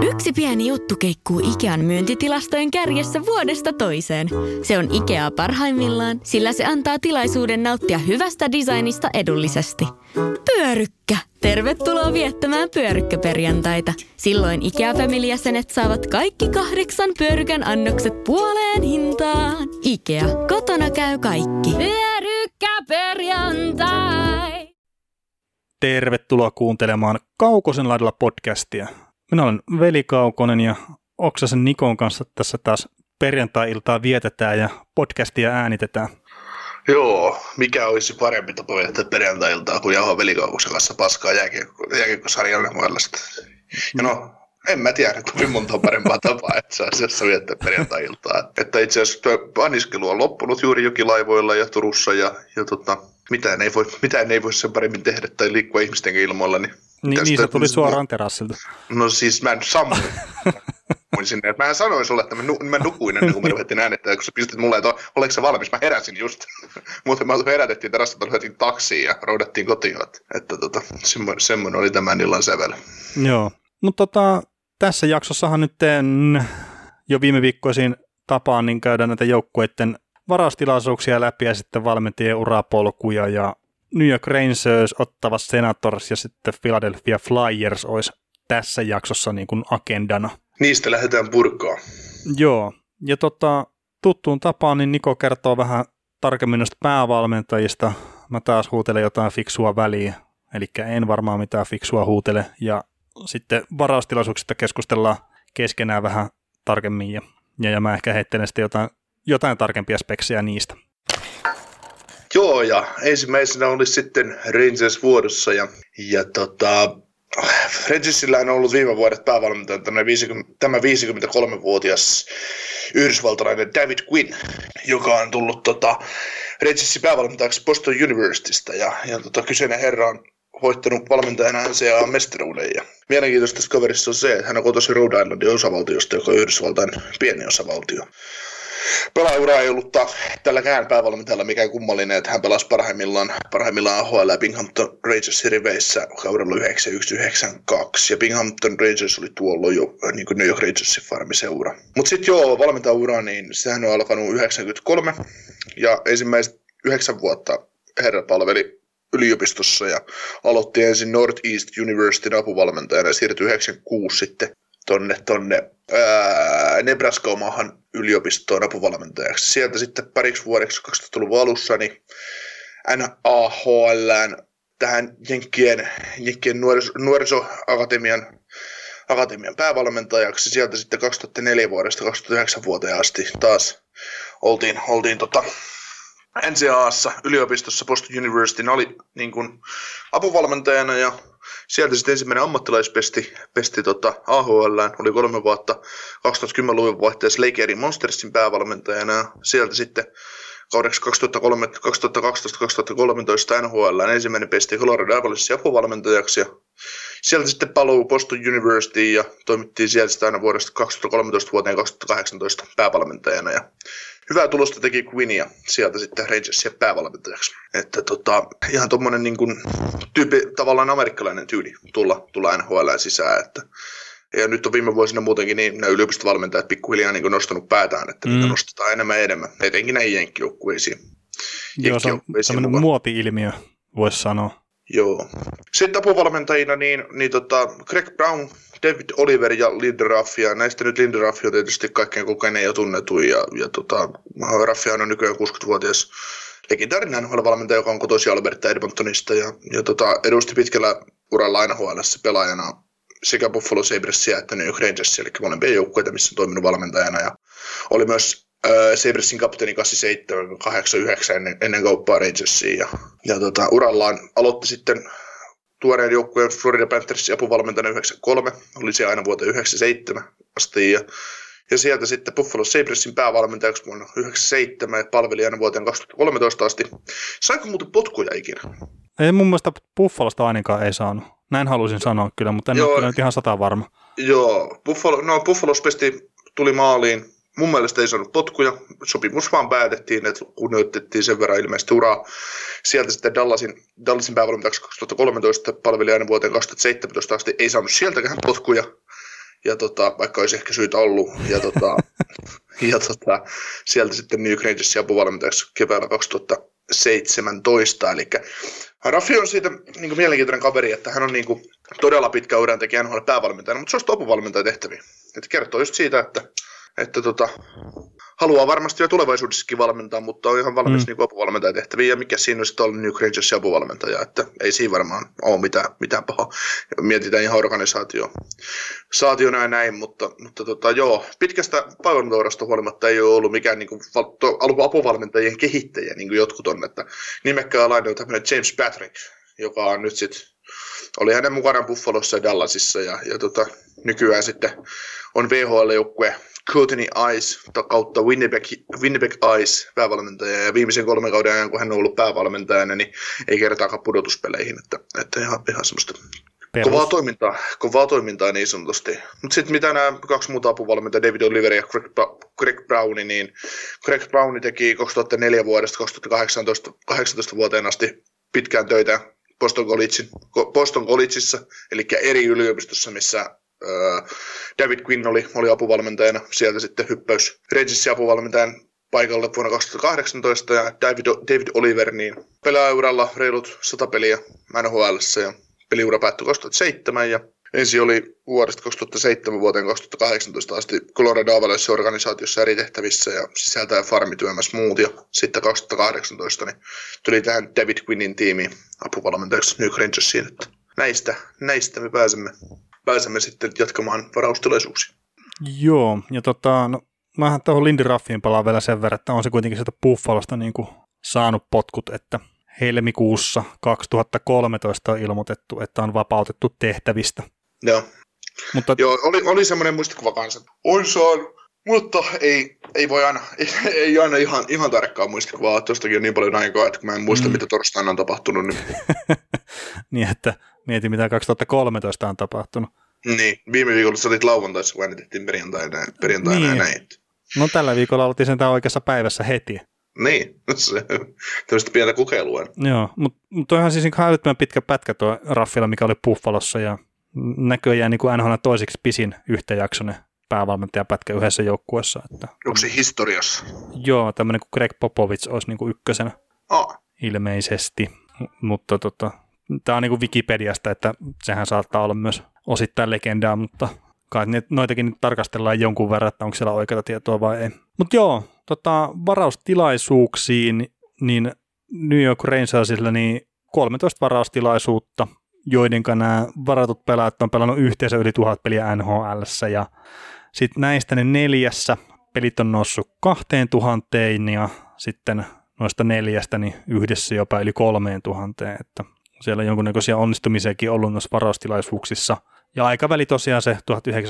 Yksi pieni juttu keikkuu Ikean myyntitilastojen kärjessä vuodesta toiseen. Se on Ikea parhaimmillaan, sillä se antaa tilaisuuden nauttia hyvästä designista edullisesti. Pyörykkä! Tervetuloa viettämään pyörykkäperjantaita. Silloin Ikea-familijäsenet saavat kaikki 8 pyörykän annokset puoleen hintaan. Ikea, kotona käy kaikki. Pyörykkäperjantai! Tervetuloa kuuntelemaan Kaukosen laidalla podcastia. Minä olen Veli Kaukonen ja Oksasen Nikon kanssa tässä taas perjantai-iltaa vietetään ja podcastia äänitetään. Joo, mikä olisi parempi tapa viettää perjantai-iltaa kuin jauhaa Veli Kaukosen kanssa paskaa jääkiekkosarjan muodosta. Ja no, en mä tiedä, kuinka monta parempaa tapaa, että saa asiassa viettää perjantai-iltaa. Että itse asiassa anniskelu on loppunut juuri jokilaivoilla ja Turussa ja mitään ei voi sen paremmin tehdä tai liikkua ihmisten ilmoilla. Niin se tuli suoraan terassilta. No siis mä en sammuin sinne. Mä sanoin sulle, että mä nukuin ennen kuin me ruvettiin äänettää, kun sä pistit mulle, että oliko se valmis. Mä heräsin just. Muuten mä herätettiin terassilta, ruvettiin taksiin ja roudattiin kotiin. Että semmoinen oli tämän illan sävel. Joo, mutta tässä jaksossahan nyt jo viime viikkoisiin tapaan niin käydään näitä joukkueiden varaustilaisuuksia läpi ja sitten valmentien urapolkuja ja New York Rangers, Ottawa Senators ja sitten Philadelphia Flyers olisi tässä jaksossa niin kuin agendana. Niistä lähdetään purkaa. Joo, ja tuttuun tapaan niin Niko kertoo vähän tarkemmin noista päävalmentajista. Mä taas huutelen jotain fiksua väliin, eli en varmaan mitään fiksua huutele. Ja sitten varaustilaisuuksista keskustellaan keskenään vähän tarkemmin ja mä ehkä heittelen sitten jotain tarkempia speksejä niistä. Joo, ja ensimmäisenä olisi sitten Rangers vuodossa, ja Rangersillä on ollut viime vuodet päävalmentaja tämä 53-vuotias yhdysvaltalainen David Quinn, joka on tullut Rangersin päävalmentajaksi Boston Universitystä, ja kyseinen herra on voittanut valmentajana NCAA-mestaruuden, ja mielenkiintoista tässä kaverissa on se, että hän on kotoisin Rhode Islandin osavaltiosta, joka on Yhdysvaltain pieni osavaltio. Pelaajaura ei ollut tälläkään päävalmentajalla mikään kummallinen, että hän pelasi parhaimmillaan AHL ja Binghamton Rangersin riveissä kaudella 91-92, ja Binghamton Rangers oli tuolloin jo niin kuin New York Rangersin farmiseura. Mutta sitten valmentajaura, niin sehän on alkanut 93, ja ensimmäiset 9 vuotta herra palveli yliopistossa ja aloitti ensin Northeast Universityn apuvalmentajana ja siirtyi 96 sitten tonne Nebraska-omahan yliopistoon apuvalmentajaksi. Sieltä sitten pariksi vuodeksi 2000-luvun alussa niin NAHL:ään tähän Jenkkien nuorisoakatemian päävalmentajaksi. Sieltä sitten 2004 vuodesta 2009 vuoteen asti taas oltiin NCAA:ssa yliopistossa Boston Universityn oli niin kuin apuvalmentajana, ja sieltä sitten ensimmäinen ammattilaispesti AHL:ään oli 3 vuotta 2010-luvun vaihteessa Lake Erie Monstersin päävalmentajana, ja sieltä sitten kaudeksi 2012-2013 NHL:ään ensimmäinen pesti Colorado Avalanchesin apuvalmentajaksi, ja sieltä sitten paluu Boston Universityin ja toimittiin sieltä sitten aina vuodesta 2013 vuoteen 2018 päävalmentajana, ja hyvää tulosta teki Quinn ja sieltä sitten Rangersia päävalmentajaksi. Että ihan tommonen niin kuin tavallaan amerikkalainen tyyli tulla NHL:ään sisään. Ja nyt on viime vuosina muutenkin niin nämä yliopistovalmentajat pikkuhiljaa niin kuin nostanut päätään, että niitä nostetaan enemmän. Etenkin näihin jenkkijoukkueisiin. Joo, se on tämmöinen muoti-ilmiö, voisi sanoa. Joo. Sitten apuvalmentajina niin Greg Brown, David Oliver ja Lindy-Ruff, ja näistä nyt Lindy-Ruff on tietysti kaikkein kokenein ja tunnetuin, ja Ruffihan on nykyään 60-vuotias legendaarinen NHL-valmentaja, joka on kotoisin Alberta Edmontonista, ja edusti pitkällä uralla NHL:ssä pelaajana sekä Buffalo Sabresia että New York Rangersia, eli molempia joukkueita, missä on toiminut valmentajana, ja oli myös Sabresin kapteeni 87-89 ennen kauppaa Rangersiin, ja urallaan aloitti sitten tuoreen joukkueen Florida Panthersin apuvalmentajana 93, oli siellä aina vuoteen 97 asti, ja sieltä sitten Buffalo Sabresin päävalmentajaksi vuonna 97 ja palveli aina vuoteen 2013 asti. Saiko muuten potkuja ikinä? Ei mun mielestä Buffalosta ainakaan ei saanut. Näin halusin sanoa kyllä, mutta en ole kyllä nyt ihan 100 varma. Joo, Buffalos tuli maaliin. Mun mielestä ei saanut potkuja. Sopimus vaan päätettiin, että kunnioitettiin sen verran ilmeisesti uraa. Sieltä sitten Dallasin päävalmentajaksi 2013 palveli aina vuoteen 2017 asti. Ei saanut sieltäkään potkuja. ja vaikka olisi ehkä syytä ollut, ja sieltä sitten New York Rangersin apuvalmentajaksi keväällä 2017, eli Raffi on siitä niin mielenkiintoinen kaveri, että hän on niin todella pitkä uran tekijä NHL päävalmentajana, mutta se on apuvalmentajan tehtäviä. Että kertoo just siitä, että haluaa varmasti jo tulevaisuudessakin valmentaa, mutta on ihan valmis niin apuvalmentajan tehtäviä, ja mikä siinä on sitten ollut New York Rangersin apuvalmentaja, että ei siinä varmaan ole mitään pahaa. Mietitään ihan organisaationa ja näin, mutta joo, pitkästä palveluntourasta huolimatta ei ole ollut mikään niin apuvalmentajien kehittäjä, niin kuin jotkut on, että nimekkäälainen on tämmöinen James Patrick, joka on nyt sitten, oli hänen mukanaan Buffalossa ja Dallasissa, ja nykyään sitten on VHL-joukkue Courtney Ice kautta Winnipeg Ice päävalmentaja, ja viimeisen 3 kauden ajan, kun hän on ollut päävalmentajana, niin ei kertaakaan pudotuspeleihin, että ihan semmoista kovaa toimintaa niin sanotusti. Mutta sitten mitä nämä 2 muuta apuvalmentajaa, David Oliver ja Greg Browni, niin Greg Browni teki 2004 vuodesta 2018 vuoteen asti pitkään töitä Boston Collegeissa, eli eri yliopistossa, missä David Quinn oli apuvalmentajana, sieltä sitten hyppäys Rangersin apuvalmentajan paikalle vuonna 2018, ja David Oliver niin pelaajauralla reilut 100 peliä NHL:ssä, ja peliura päättyi 2007, ja ensin oli vuodesta 2007 vuoteen 2018 asti Colorado Avalanche organisaatiossa eri tehtävissä ja sisältää farmityömässä muut, ja sitten 2018 niin tuli tähän David Quinnin tiimiin apuvalmentajaksi New York Rangersiin, että näistä me pääsemme sitten jatkamaan varaustilaisuuksia. Joo, ja no, mähän tuohon Lindy Ruffiin palaan vielä sen verran, että on se kuitenkin sieltä Buffalosta niin kuin saanut potkut, että helmikuussa 2013 on ilmoitettu, että on vapautettu tehtävistä. Joo, mutta joo oli semmoinen muistikuva kanssa. On saanut, mutta ei voi aina, ei aina ihan tarkkaan muistikuvaa. Tuostakin on niin paljon aikaa, että kun mä en muista, mitä torstaina on tapahtunut. Niin, niin että mieti, mitä 2013 on tapahtunut. Niin, viime viikolla sä olit lauantaissa, kun äänitettiin perjantaina niin. Ja näin. No tällä viikolla oltiin sentään oikeassa päivässä heti. Niin, tämmöistä pientä kokeilua. Joo, mutta on ihan siis hälyttömän pitkä pätkä tuo Raffilla, mikä oli Buffalossa, ja näköjään niin kuin NHL toiseksi pisin yhtäjaksoinen päävalmentajapätkä yhdessä joukkueessa. Onko se historiassa? Joo, tämmöinen kuin Greg Popovich olisi niin kuin ykkösenä ilmeisesti, mutta tämä on niin kuin Wikipediasta, että sehän saattaa olla myös osittain legendaa, mutta kai noitakin nyt tarkastellaan jonkun verran, että onko siellä oikeaa tietoa vai ei. Mutta joo, varaustilaisuuksiin, niin New York Rangersilla niin 13 varaustilaisuutta, joidenka nämä varatut pelaajat on pelannut yhteensä yli 1000 peliä NHL:ssä, ja sitten näistä ne 4 pelit on noussut 2000, ja sitten noista 4 niin yhdessä jopa yli 3000, että siellä on jonkunnäköisiä onnistumisiakin ollut noissa varaustilaisuuksissa, ja aikaväli tosiaan se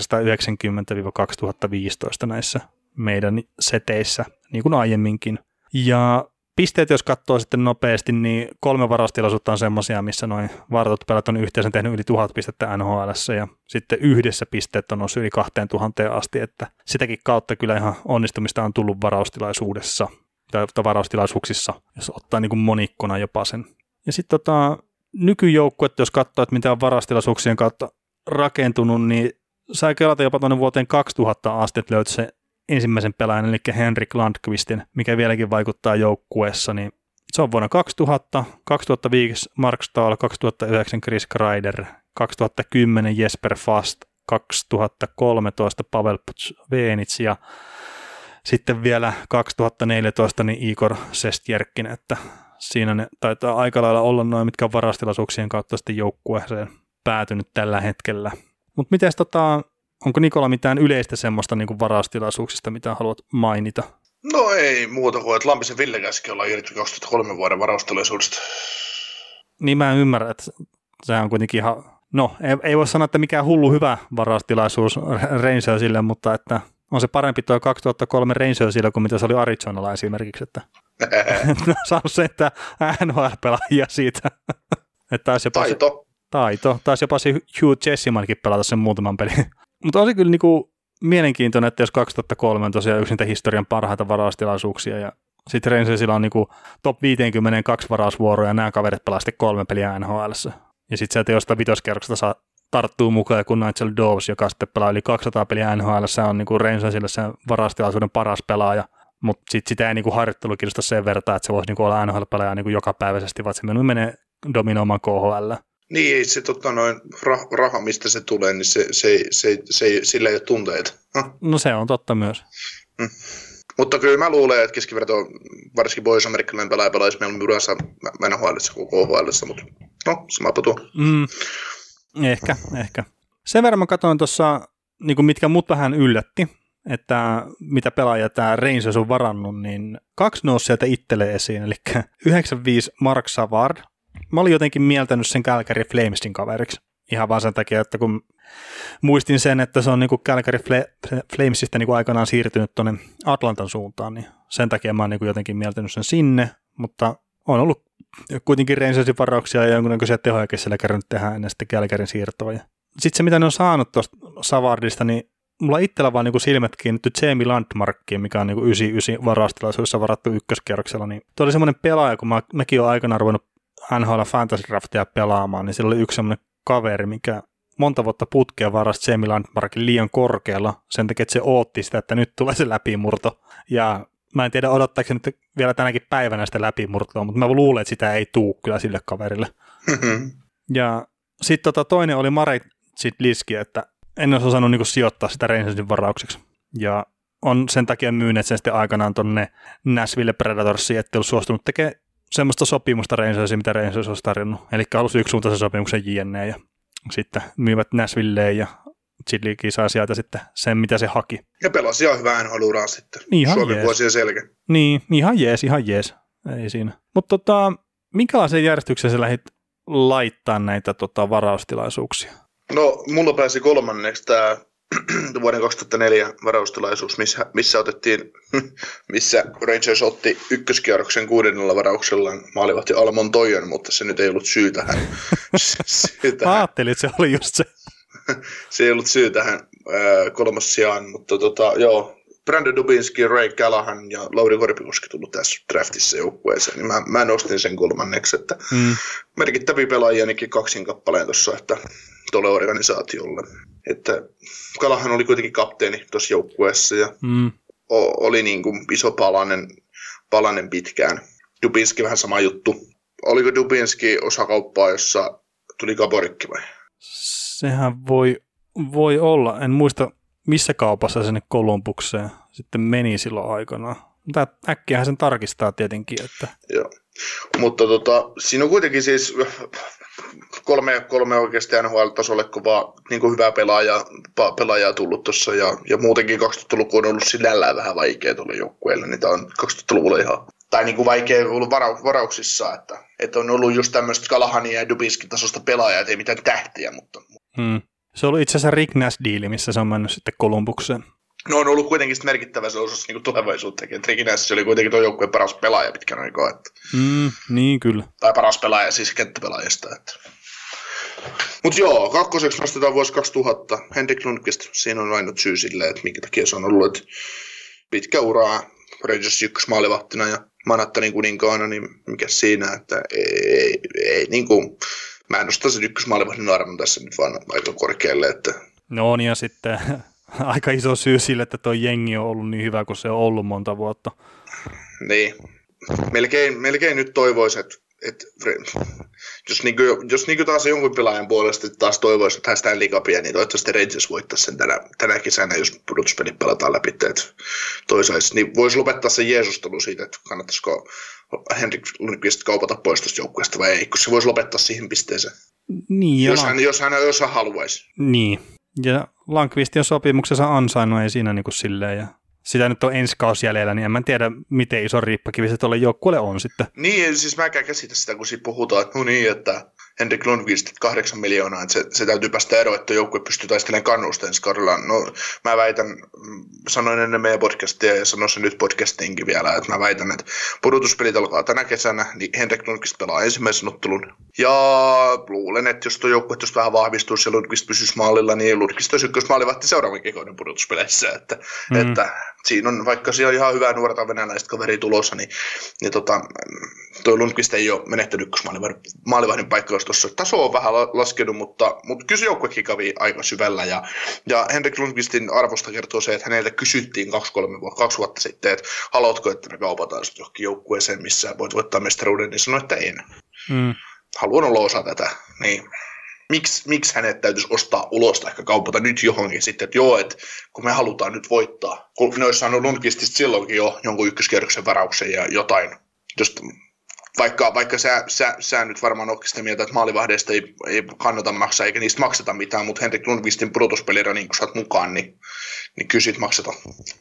1990-2015 näissä meidän seteissä, niin kuin aiemminkin. Ja pisteet, jos katsoo sitten nopeasti, niin 3 varaustilaisuutta on semmoisia, missä noin varatut pelaat on yhteensä tehnyt yli 1000 pistettä NHL:ssä, ja sitten yhdessä pisteet on noussut yli 2000 asti, että sitäkin kautta kyllä ihan onnistumista on tullut varaustilaisuudessa, tai varaustilaisuuksissa, jos ottaa niin kuin monikkona jopa sen. Ja sitten nykyjoukkuet, jos katsoo, että mitä on varaustilaisuuksien kautta rakentunut, niin sai kelata jopa tuonne vuoteen 2000 asti, että löytyi se ensimmäisen pelaajan, eli Henrik Lundqvistin, mikä vieläkin vaikuttaa joukkueessa, niin se on vuonna 2000, 2005 Mark Stahl, 2009 Chris Kreider, 2010 Jesper Fast, 2013 Pavel Buchnevich ja sitten vielä 2014 niin Igor Sestjerkin, että siinä ne taitaa aika lailla olla noin, mitkä on varaustilaisuuksien kautta sitten joukkueeseen päätynyt tällä hetkellä. Mutta miten onko Nikola mitään yleistä semmoista niin kuin varaustilaisuuksista, mitä haluat mainita? No ei muuta kuin, että Lampisen Ville käski olla irti 2003 vuoden varaustilaisuudesta. Niin mä ymmärrän, että se on kuitenkin ihan, no ei voi sanoa, että mikään hullu hyvä varaustilaisuus Rangersille, mutta että on se parempi tuo 2003 Rangersille kuin mitä se oli Arizonalla esimerkiksi, että saanut se, että NHL-pelaajia siitä. Että taisi jopa se Hugh Jessimankin pelata sen muutaman pelin. Mutta on se kyllä niinku mielenkiintoinen, että jos 2003 on tosiaan yksi niitä historian parhaita varaustilaisuuksia, ja sitten Rangersilla on niinku top 52 varausvuoroja, ja nämä kaverit pelaa sitten 3 peliä NHL:ssä. Ja sitten sieltä jostain vitoskerroksesta tarttuu mukaan, kun Nigel Doves, joka sitten pelaa yli 200 peliä NHL, on niin kuin Rangersille se varastilaisuuden paras pelaaja, mutta sitten sitä ei niin kuin harjoittelu kiinnosta sen verran, että se voisi niin kuin olla NHL-pelaaja niin kuin jokapäiväisesti, vaan se menee dominoimaan KHL. Niin, ei se raha, mistä se tulee, niin sillä ei ole tunteita. No se on totta myös. Mutta kyllä mä luulen, että keskiverto, varsinkin pohjois-amerikkalainen pelaaja pelaisi meillä uransa NHL:ssä kuin KHL:ssä, mutta no, samapa tuo. Ehkä. Sen verran mä katsoin tuossa, niin mitkä mut vähän yllätti, että mitä pelaajia tämä Rangers on varannut, niin 2 nousi sieltä itselle esiin, eli 95 Mark Savard. Mä olin jotenkin mieltänyt sen Calgary Flamesin kaveriksi. Ihan vaan sen takia, että kun muistin sen, että se on niin kuin Calgary Flamesista niin kuin aikanaan siirtynyt tuonne Atlantan suuntaan, niin sen takia mä oon niin kuin jotenkin mieltänyt sen sinne, mutta on ollut kuitenkin Rangersin varauksia ja jonkunnäköisiä tehojakin siellä kerran tehdä ennen sitten Calgaryn siirtoa. Sitten se, mitä ne on saanut tuosta Savardista, niin mulla itsellä vaan niin silmät kiinnitty Jamie Landmarkkiin, mikä on niin 99 varastilaisuudessa varattu ykköskierroksella. Niin tuo oli semmoinen pelaaja, kun mäkin olen aikanaan ruvennut NHL Fantasy Draftia pelaamaan, niin sillä oli yksi semmoinen kaveri, mikä monta vuotta putkea varasti Jamie Landmarkin liian korkealla sen takia, että se ootti sitä, että nyt tulee se läpimurto. Ja mä en tiedä, odottaako se nyt vielä tänäkin päivänä sitä läpimurtoa, mutta mä luulen, että sitä ei tuu kyllä sille kaverille. Ja sitten toinen oli Marek Zidliski, että en olisi osannut niinku sijoittaa sitä Rangersin varaukseksi. Ja on sen takia myyneet sen sitten aikanaan tonne Nashville Predatorsiin, ettei ollut suostunut tekemään semmoista sopimusta Rangersiin, mitä Rangers olisi tarjonnut. Eli halusi yksisuuntaisen sopimuksen JNE ja sitten myivät Nashvilleen ja Zidliski sai sieltä sitten sen, mitä se haki. Ja pelasi ihan hyvää NHL-uraa sitten. Suomen vuosien selkeä. Niin, ihan jees. Ei siinä. Mutta minkälaisen järjestyksen sä lähdit laittaa näitä varaustilaisuuksia? No, mulla pääsi kolmanneksi tämä vuoden 2004 varaustilaisuus, missä Rangers otti ykköskierroksen 6. varauksella maalivahti Almon Toijon, mutta se nyt ei ollut syy tähän. Mä ajattelin, että se oli just se. Se ei ollut syy tähän 3. sijaan, mutta joo, Brandon Dubinsky, Ray Callahan ja Lauri Korpikoski tullut tässä draftissa joukkueeseen, niin mä nostin sen kolmanneksi, että merkittäviä pelaajia ainakin 2 kappaleen tuossa, että tuolle organisaatiolle. Että Callahan oli kuitenkin kapteeni tuossa joukkueessa ja oli niin kuin iso palanen pitkään. Dubinsky vähän sama juttu. Oliko Dubinsky osa kauppaa, jossa tuli Gaborikki vai? Sehän voi olla. En muista, missä kaupassa sinne Kolumbukseen sitten meni silloin aikanaan. Mutta äkkiähän sen tarkistaa tietenkin. Että... Joo. Mutta siinä on kuitenkin siis kolme oikeasti NHL-tasolle kovaa niin kuin hyvää pelaajaa tullut tuossa. Ja muutenkin 2000-luku on ollut sinällään vähän vaikea tuolle joukkueelle. Niin tämä on 2000-luvulla ihan... Tai niin kuin vaikea ollut varauksissa, että on ollut just tämmöistä Calahania ja Dubinskin tasosta pelaajaa, ei mitään tähtiä, mutta... Se on ollut itse asiassa Rick Nash-diili, missä se on mennyt sitten Kolumbukseen. No on ollut kuitenkin merkittävä se osuus niin tulevaisuuttakin, että Rick Nash oli kuitenkin tuon joukkueen paras pelaaja pitkän aikaa. Että... Niin kyllä. Tai paras pelaaja siis kenttäpelaajasta. Että... Mutta joo, kakkoseksi nostetaan vuosi 2000. Henrik Lundqvist, siinä on ainut syy silleen, että minkä takia se on ollut, että pitkä uraa Rangers ykkösmaalivahtina ja Manhattanin kuninkaana, niin mikä siinä, että ei niin kuin, mä en nosta sen ykkösmaalivahdin arvon tässä nyt vaan aika korkealle. Että... No on ja sitten aika iso syy sille, että tuo jengi on ollut niin hyvä kuin se on ollut monta vuotta. Niin, melkein nyt toivoisi, että jos niinku taas jonkun pelaajan puolesta taas toivoisi, että hän sitä Stanley-cupia, niin toivottavasti Rangers voittaisi sen tänä kesänä, jos pudotuspelit pelataan läpi. Toisaalta niin voisi lopettaa sen jeesustelu siitä, että kannattaisiko Henrik Lundqvist kaupata pois tuosta joukkueesta vai ei, kun se voisi lopettaa siihen pisteeseen, niin, jos hän haluaisi. Niin, ja Lundqvistin sopimuksensa ansainnut ei siinä niin kuin silleen, ja sitä nyt on ensi kausi jäljellä, niin en mä tiedä, miten iso riippakivi se tuolle joukkueelle on sitten. Niin, siis mäkään käsitä sitä, kun siitä puhutaan, että no niin, että Henrik Lundqvist 8 miljoonaa, että se täytyy päästä eroon, että joukkue pystyy taistelemaan kannusta ensi kaudella. No, mä väitän, sanoin ennen meidän podcastia ja sanoin se nyt podcastinkin vielä, että mä väitän, että pudotuspelit alkaa tänä kesänä, niin Henrik Lundqvist pelaa ensimmäisen ottelun. Ja luulen, että jos tuo joukkue vähän vahvistuisi ja Lundqvist pysyisi maalilla, niin Lundqvist olisi ykkösmaalivahti seuraavan kekoinen pudotuspeleissä. Että siinä on, vaikka siellä on ihan hyvää nuorta venäläistä kaveria tulossa, niin tuo Lundqvist ei ole menettänyt maalivahdin paikkaa, jos tuossa taso on vähän laskenut, mutta kyllä joukkuekin kävi aika syvällä. Ja Henrik Lundqvistin arvosta kertoo se, että hänelle kysyttiin 2 vuotta sitten, että haluatko, että me kaupataan johonkin joukkueeseen, missä voit voittaa mestaruuden, niin sanoi, että en. Haluan olla osa tätä. Niin. Miksi hänet täytyisi ostaa ulos tai kaupata nyt johonkin sitten, että joo, että kun me halutaan nyt voittaa. Kun ne olisi saanut Lundqvistista silloinkin jo jonkun ykköskierroksen varauksen ja jotain. Just, vaikka sä nyt varmaan oletkin sitä mieltä, että maalivahdeista ei kannata maksaa eikä niistä makseta mitään, mutta Henrik Lundqvistin pudotuspelillä, niin kun sä oot mukaan, niin kyllä siitä maksetaan.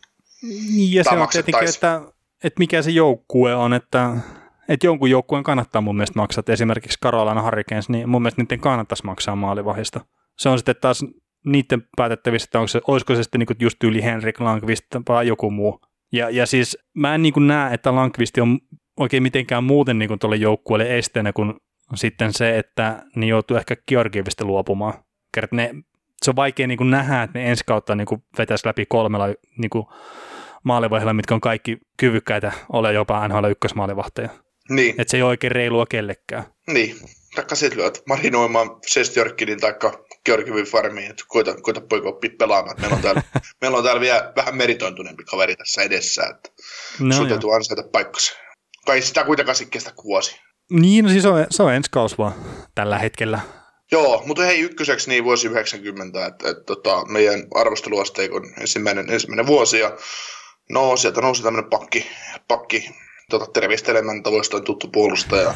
Ja se on tietenkin, että mikä se joukkue on, että jonkun joukkueen kannattaa mun mielestä maksaa, että esimerkiksi Carolina Hurricanes, niin mun mielestä niiden kannattaisi maksaa maalivahdista. Se on sitten taas niiden päätettävissä, että olisiko se sitten just yli Henrik Lundqvist vai joku muu. Ja siis mä en näe, että Lundqvist on oikein mitenkään muuten tuolle joukkueelle esteenä kuin sitten se, että ne joutuu ehkä Georgievista luopumaan. Se on vaikea nähdä, että ne ensi kautta vetäisi läpi 3 maalivahdilla, mitkä on kaikki kyvykkäitä ole jopa NHL ykkösmaalivahteja. Niin. Että se ei ole oikein reilua kellekään. Niin. Taikka sit lyöt marinoimaan Sestjorkinin taikka Georgievin farmiin, että koita poika oppia pelaamaan. Meillä on täällä vielä vähän meritointuneempi kaveri tässä edessä, että sun täytyy ansaita paikkansa. Kai sitä kuitenkaan kestä vuosi. Niin, no siis se on ensi kaus vaan tällä hetkellä. Joo, mutta hei ykköseksi niin vuosi 90, että meidän arvosteluasteikon ensimmäinen vuosi ja no sieltä nousi tämmöinen pakki terveestelemään tavoistaan tuttu puolustaja.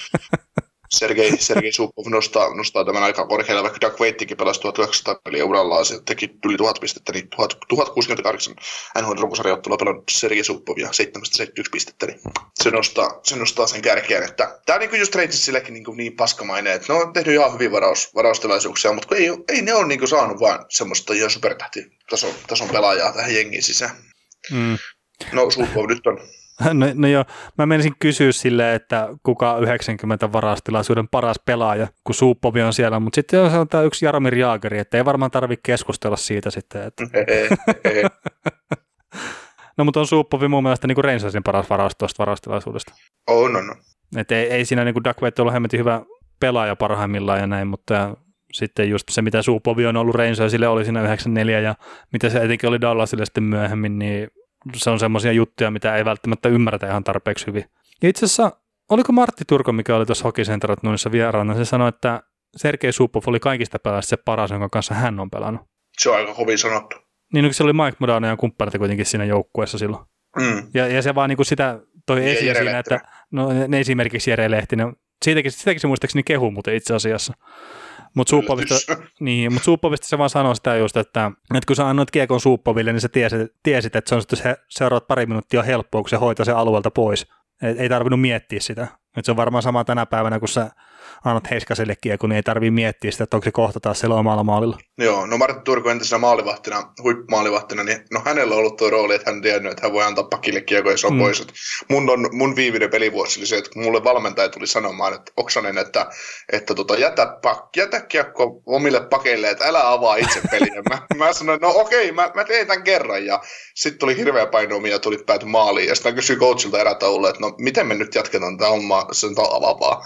Sergei Zubov nostaa tämän aika korkealle, vaikka Doug Waittikin pelasi 1900 peliä urallaan, se teki yli 1000 pistettä, niin 1068 NHL-runkosarjoittelua pelannut Sergei Zubov ja 771 pistettä, niin se nostaa sen kärkeen, että tämä on just Rangersillekin niin paskamainen, että ne on tehnyt ihan hyvin varaustilaisuuksia, mutta ei ne ole saanut vaan semmoista ihan supertähtitason pelaajaa tähän jengiin sisään. No Zubov nyt on. No joo, mä menisin kysyä silleen, että kuka 90 varaustilaisuuden paras pelaaja, kun Suuppovi on siellä, mutta sitten on tämä yksi Jaromir Jaageri, että ei varmaan tarvitse keskustella siitä sitten. Että... No mutta on Suuppovi mun mielestä niin kuin Rangersin paras varaus tuosta varaustilaisuudesta. On. Että ei siinä niin kuin Doug Weight ollut hemmetin hyvä pelaaja parhaimmillaan ja näin, mutta sitten just se, mitä Suuppovi on ollut Rangersille oli siinä 94 ja mitä se etenkin oli Dallasille sitten myöhemmin, niin se on semmoisia juttuja, mitä ei välttämättä ymmärretä ihan tarpeeksi hyvin. Ja itse asiassa, oliko Martti Turko, mikä oli tuossa Hockey Centerat noissa vieraana, se sanoi, että Sergei Zubov oli kaikista pelaajista se paras, jonka kanssa hän on pelannut. Se on aika kovin sanottu. Niin, no, se oli Mike Modano ja kumppanit kuitenkin siinä joukkueessa silloin. Ja se vaan niin kuin sitä toi esiin siinä, että no, ne esimerkiksi Jere Lehtinen, sitäkin se muistaakseni kehu muuten itse asiassa. Mutta Zubovista se vaan sanoi sitä just, että kun sä annoit kiekon Zuboville, niin sä tiesit, että se on sitten seuraavat pari minuuttia helppoa, kun se hoitaa sen alueelta pois. Ei tarvinnut miettiä sitä. Et se on varmaan sama tänä päivänä, kun sä annat Heiskaselle kiekon, niin ei tarvitse miettiä sitä, että onko se kohta taas siellä omalla maalilla. Joo, no Martti Turko entisenä huippumaalivahtina, niin no hänellä on ollut tuo rooli, että hän tiennyt, että hän voi antaa pakille kiekon ja se on pois. Mun viimeinen pelivuosi oli se, että kun mulle valmentaja tuli sanomaan, että Oksanen, että jätä kiekko omille pakeille, että älä avaa itse peliä. Mä sanoin, no okei, mä teen tämän kerran ja sitten tuli hirveä painoumi ja tuli pääty maaliin ja sitten kysyi coachilta erätaulle, että no miten me nyt jatketaan tätä hommaa, se on avaa.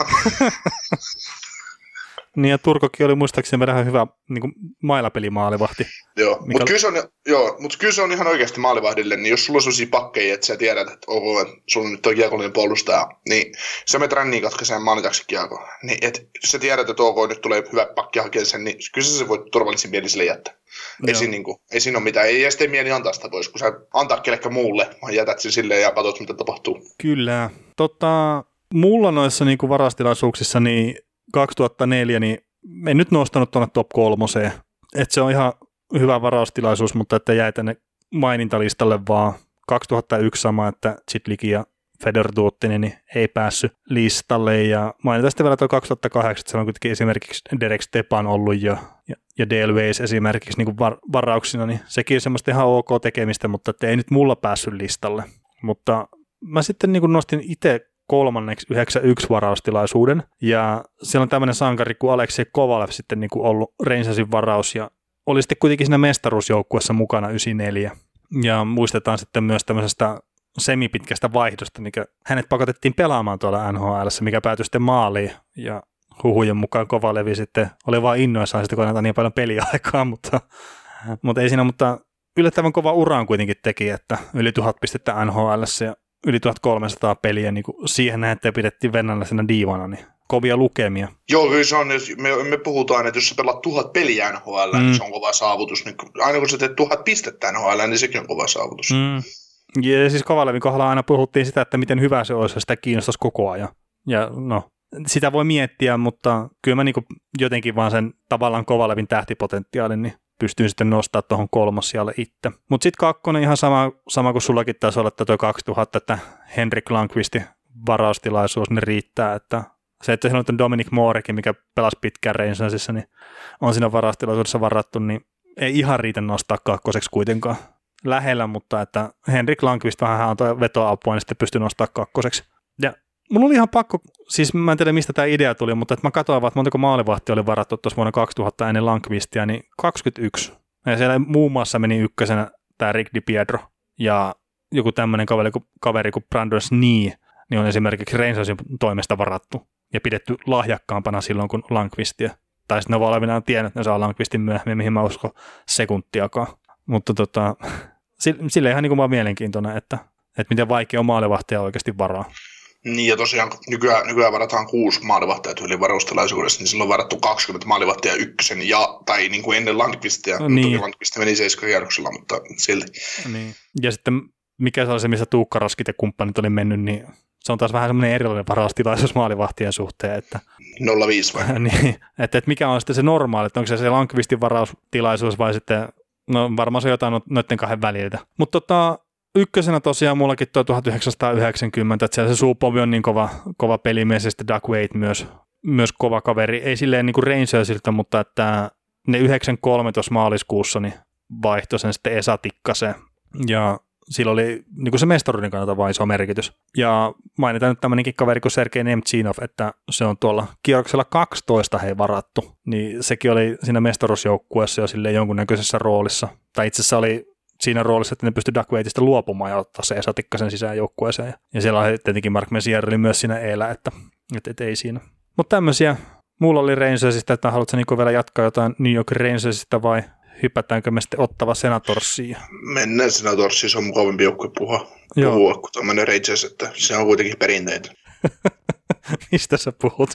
Niin ja Turkokin oli muistaakseni vähän hyvä niin mailapelimaalivahti. Joo, mutta kyllä se on ihan oikeasti maalivahdille, niin jos sulla on sellaisia pakkeja, että sä tiedät, että sulla on nyt tuo kiekollinen puolustaja, niin sä menet ränniin katkaiseen maalitaksi kiekko. Niin että sä tiedät, että nyt tulee hyvä pakki hakea sen, niin kyllä sä voit turvallisin mieliselle jättää. Ei siinä ole mitään, ei edes tee mieli antaa sitä pois, kun sä antaa kellekään muulle, vaan jätät sen silleen ja katsot, mitä tapahtuu. Kyllä. Mulla noissa niin varastilaisuuksissa, niin 2004, niin en nyt nostanut tuonne top 3. Että se on ihan hyvä varaustilaisuus, mutta että jäi tänne mainintalistalle vaan 2001 sama, että Chitlik ja Fedor Tuuttinen niin ei päässyt listalle. Ja mainitaan sitten vielä tuo 2008, että se on kuitenkin esimerkiksi Derek Stepan ollut ja Dale Weiss esimerkiksi niin kuin varauksina, niin sekin on semmoista ihan ok tekemistä, mutta että ei nyt mulla päässyt listalle. Mutta mä sitten niin kuin nostin itse 91 varaustilaisuuden, ja siellä on tämmöinen sankari kuin Aleksei Kovalev sitten niin kuin ollut Rangersin varaus, ja oli sitten kuitenkin siinä mestaruusjoukkuessa mukana 94, ja muistetaan sitten myös tämmöisestä semipitkästä vaihdosta, mikä hänet pakotettiin pelaamaan tuolla NHL:ssä, mikä päätyi sitten maaliin, ja huhujen mukaan Kovalevi sitten oli vaan innoissaan sitten, kun antaa niin paljon peliaikaa, mutta ei siinä, mutta yllättävän kova uraan kuitenkin teki, että yli 1000 pistettä NHL:ssä ja yli 1300 peliä, niin kuin siihen näette pidettiin venäläisenä diivana, niin kovia lukemia. Joo, kyllä se on, me puhutaan, että jos sä pelaat 1000 peliä NHL, niin se on kova saavutus. Niin aina kun sä teet 1000 pistettä NHL, niin sekin on kova saavutus. Ja siis Kovalevin kohdalla aina puhuttiin sitä, että miten hyvä se olisi, ja sitä kiinnostaisi koko ajan. Ja no, sitä voi miettiä, mutta kyllä mä niin jotenkin vaan sen tavallaan Kovalevin tähtipotentiaalin, niin pystyin sitten nostamaan tuohon kolmossijalle itse. Mutta sitten kakkonen ihan sama kuin sullakin taisi olla, että tuo 2000, että Henrik Lundqvistin varaustilaisuus niin riittää, että se, että siinä on Dominic Moorekin, mikä pelasi pitkään Rangersissa, niin on siinä varaustilaisuudessa varattu, niin ei ihan riitä nostaa kakkoseksi kuitenkaan lähellä, mutta että Henrik Lundqvist vähän antoi vetoapua, niin sitten pystyi nostamaan kakkoseksi. Ja mulla oli ihan pakko, siis mä en tiedä mistä tämä idea tuli, mutta että mä katsoin vaan, että montako maalivahtia oli varattu tuossa vuonna 2000 ennen Lundqvistia, niin 21. Ja siellä muun muassa meni ykkösenä tämä Rick DiPietro ja joku tämmöinen kaveri kuin Brandon Snee, niin on esimerkiksi Rangersin toimesta varattu ja pidetty lahjakkaampana silloin kuin Lundqvistia. Tai sitten ne vaan olevinaan tiennyt, että ne saa Lundqvistin myöhemmin, mihin mä uskon sekuntiakaan. Mutta sille ihan niin kuin vaan mielenkiintoinen, että miten vaikea on maalivahtia oikeasti varaa. Niin, ja tosiaan nykyään varataan 6 maalivahtia tyyliin varustelaisuudessa, niin silloin on varattu 20 maalivahtia ykkösen, tai niin kuin ennen Lundqvistia. Niin. Lundqvist meni 7 kierroksella, mutta silti. Niin. Ja sitten mikä se oli se, missä Tuukka Raskit ja kumppanit oli mennyt, niin se on taas vähän semmoinen erilainen varaustilaisuus maalivahtien suhteen. Että 0,5 vai? Niin, että mikä on sitten se normaali, että onko se Lundqvistin varaustilaisuus vai sitten, no varmaan se jotain noiden kahden väliltä. Mutta ykkösenä tosiaan mullakin tuo 1990, että siellä se Suupovi on niin kova pelimies ja sitten Doug Weight myös kova kaveri. Ei silleen niin kuin Rangersilta, mutta että ne 93 tuossa maaliskuussa niin vaihtoi sen sitten Esa Tikkaseen. Ja sillä oli niin kuin se mestaruuden kannalta vain iso merkitys. Ja mainitaan nyt tämmöinenkin kaveri kuin Sergei Nemtsinov, että se on tuolla kierroksella 12 varattu. Niin sekin oli siinä mestaruusjoukkueessa jo silleen jonkunnäköisessä roolissa. Tai itse asiassa oli siinä roolissa, että ne pystyi Doug Weightista luopumaan ja ottaa se Esa Tikkasen sisään joukkueeseen. Ja siellä oli tietenkin Mark Messier oli myös siinä eellä, että ei siinä. Mutta tämmöisiä. Mulla oli Rangersista, että haluatko niin vielä jatkaa jotain New York Rangersista vai hypätäänkö me sitten Ottava Senatorsiin? Mennään Senatorsiin, se on mukavampi joukkue puhua kuin tämmöinen Rangers, että se on kuitenkin perinteitä. Mistä sä puhut?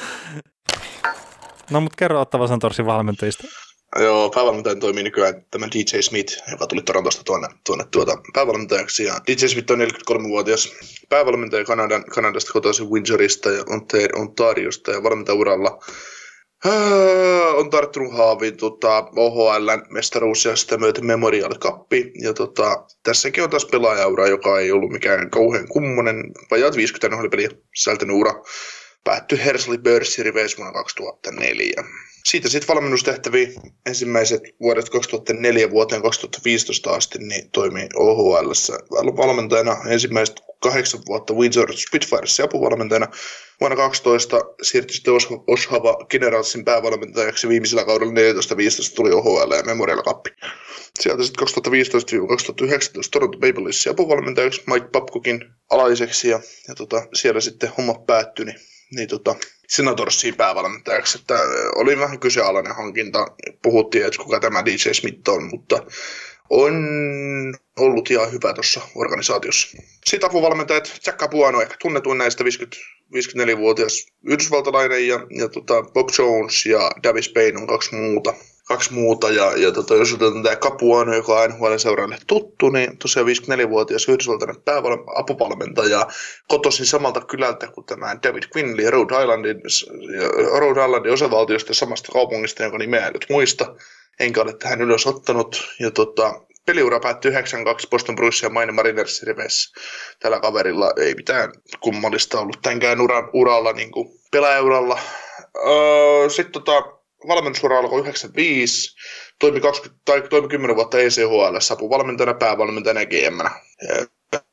No mut kerro Ottava Senatorsin valmentajista. Joo, päävalmentajan toimii nykyään tämä DJ Smith, joka tuli Torontosta tuonne päävalmentajaksi. Ja DJ Smith on 43-vuotias päävalmentaja Kanadasta kotoisin Windsorista ja Ontariosta ja valmentajauralla on tarttunut haaviin OHL:n mestaruus ja sitä myöten Memorial Cup. Ja tässäkin on taas pelaajaura, joka ei ollut mikään kauhean kummonen. Vajaat 50 NHL-peliä sisältänyt ura. Päättyi Hershey Bearsin riveissä vuonna 2004. Siitä sitten valmennustehtäviä ensimmäiset vuodet 2004 vuoteen 2015 asti niin toimii OHL:ssä valmentajana ensimmäiset 8 vuotta Windsor Spitfiresin apuvalmentajana. Vuonna 2012 siirtyi sitten Oshava Generalsin päävalmentajaksi. Viimeisellä kaudella 14-15 tuli OHL ja Memorial Cup. Sieltä sitten 2015-2019 Toronto Maple Leafsin apuvalmentajaksi Mike Babcockin alaiseksi ja siellä sitten homma päättyi. Niin Senatorsiin päävalmentajaksi, että oli vähän kyseenalainen hankinta. Puhuttiin, että kuka tämä DJ Smith on, mutta on ollut ihan hyvä tuossa organisaatiossa. Sitten apuvalmentajat, Jack Capuano, ehkä tunnetuin näistä 54-vuotias yhdysvaltalainen ja Bob Jones ja Davis Payne on kaksi muuta. Ja jos otetaan tämä Capuano, joka on NHL-seuraajalle tuttu, niin tosiaan 54-vuotias yhdysvaltainen apuvalmentaja kotoisin samalta kylältä kuin tämä David Quinn, Rhode Islandin osavaltiosta samasta kaupungista, jonka nimeä en nyt muista, enkä ole tähän ylös ottanut. Ja peliura päättyi 9-2 Boston Bruins ja Maine Marinersin riveissä. Tällä kaverilla ei mitään kummallista ollut tämänkään uralla, niin kuin pelaajauralla. Sitten valmennusura alkoi 95, toimi 10 vuotta ECHL:ssä apuvalmentajana, päävalmentajana ja GM:nä.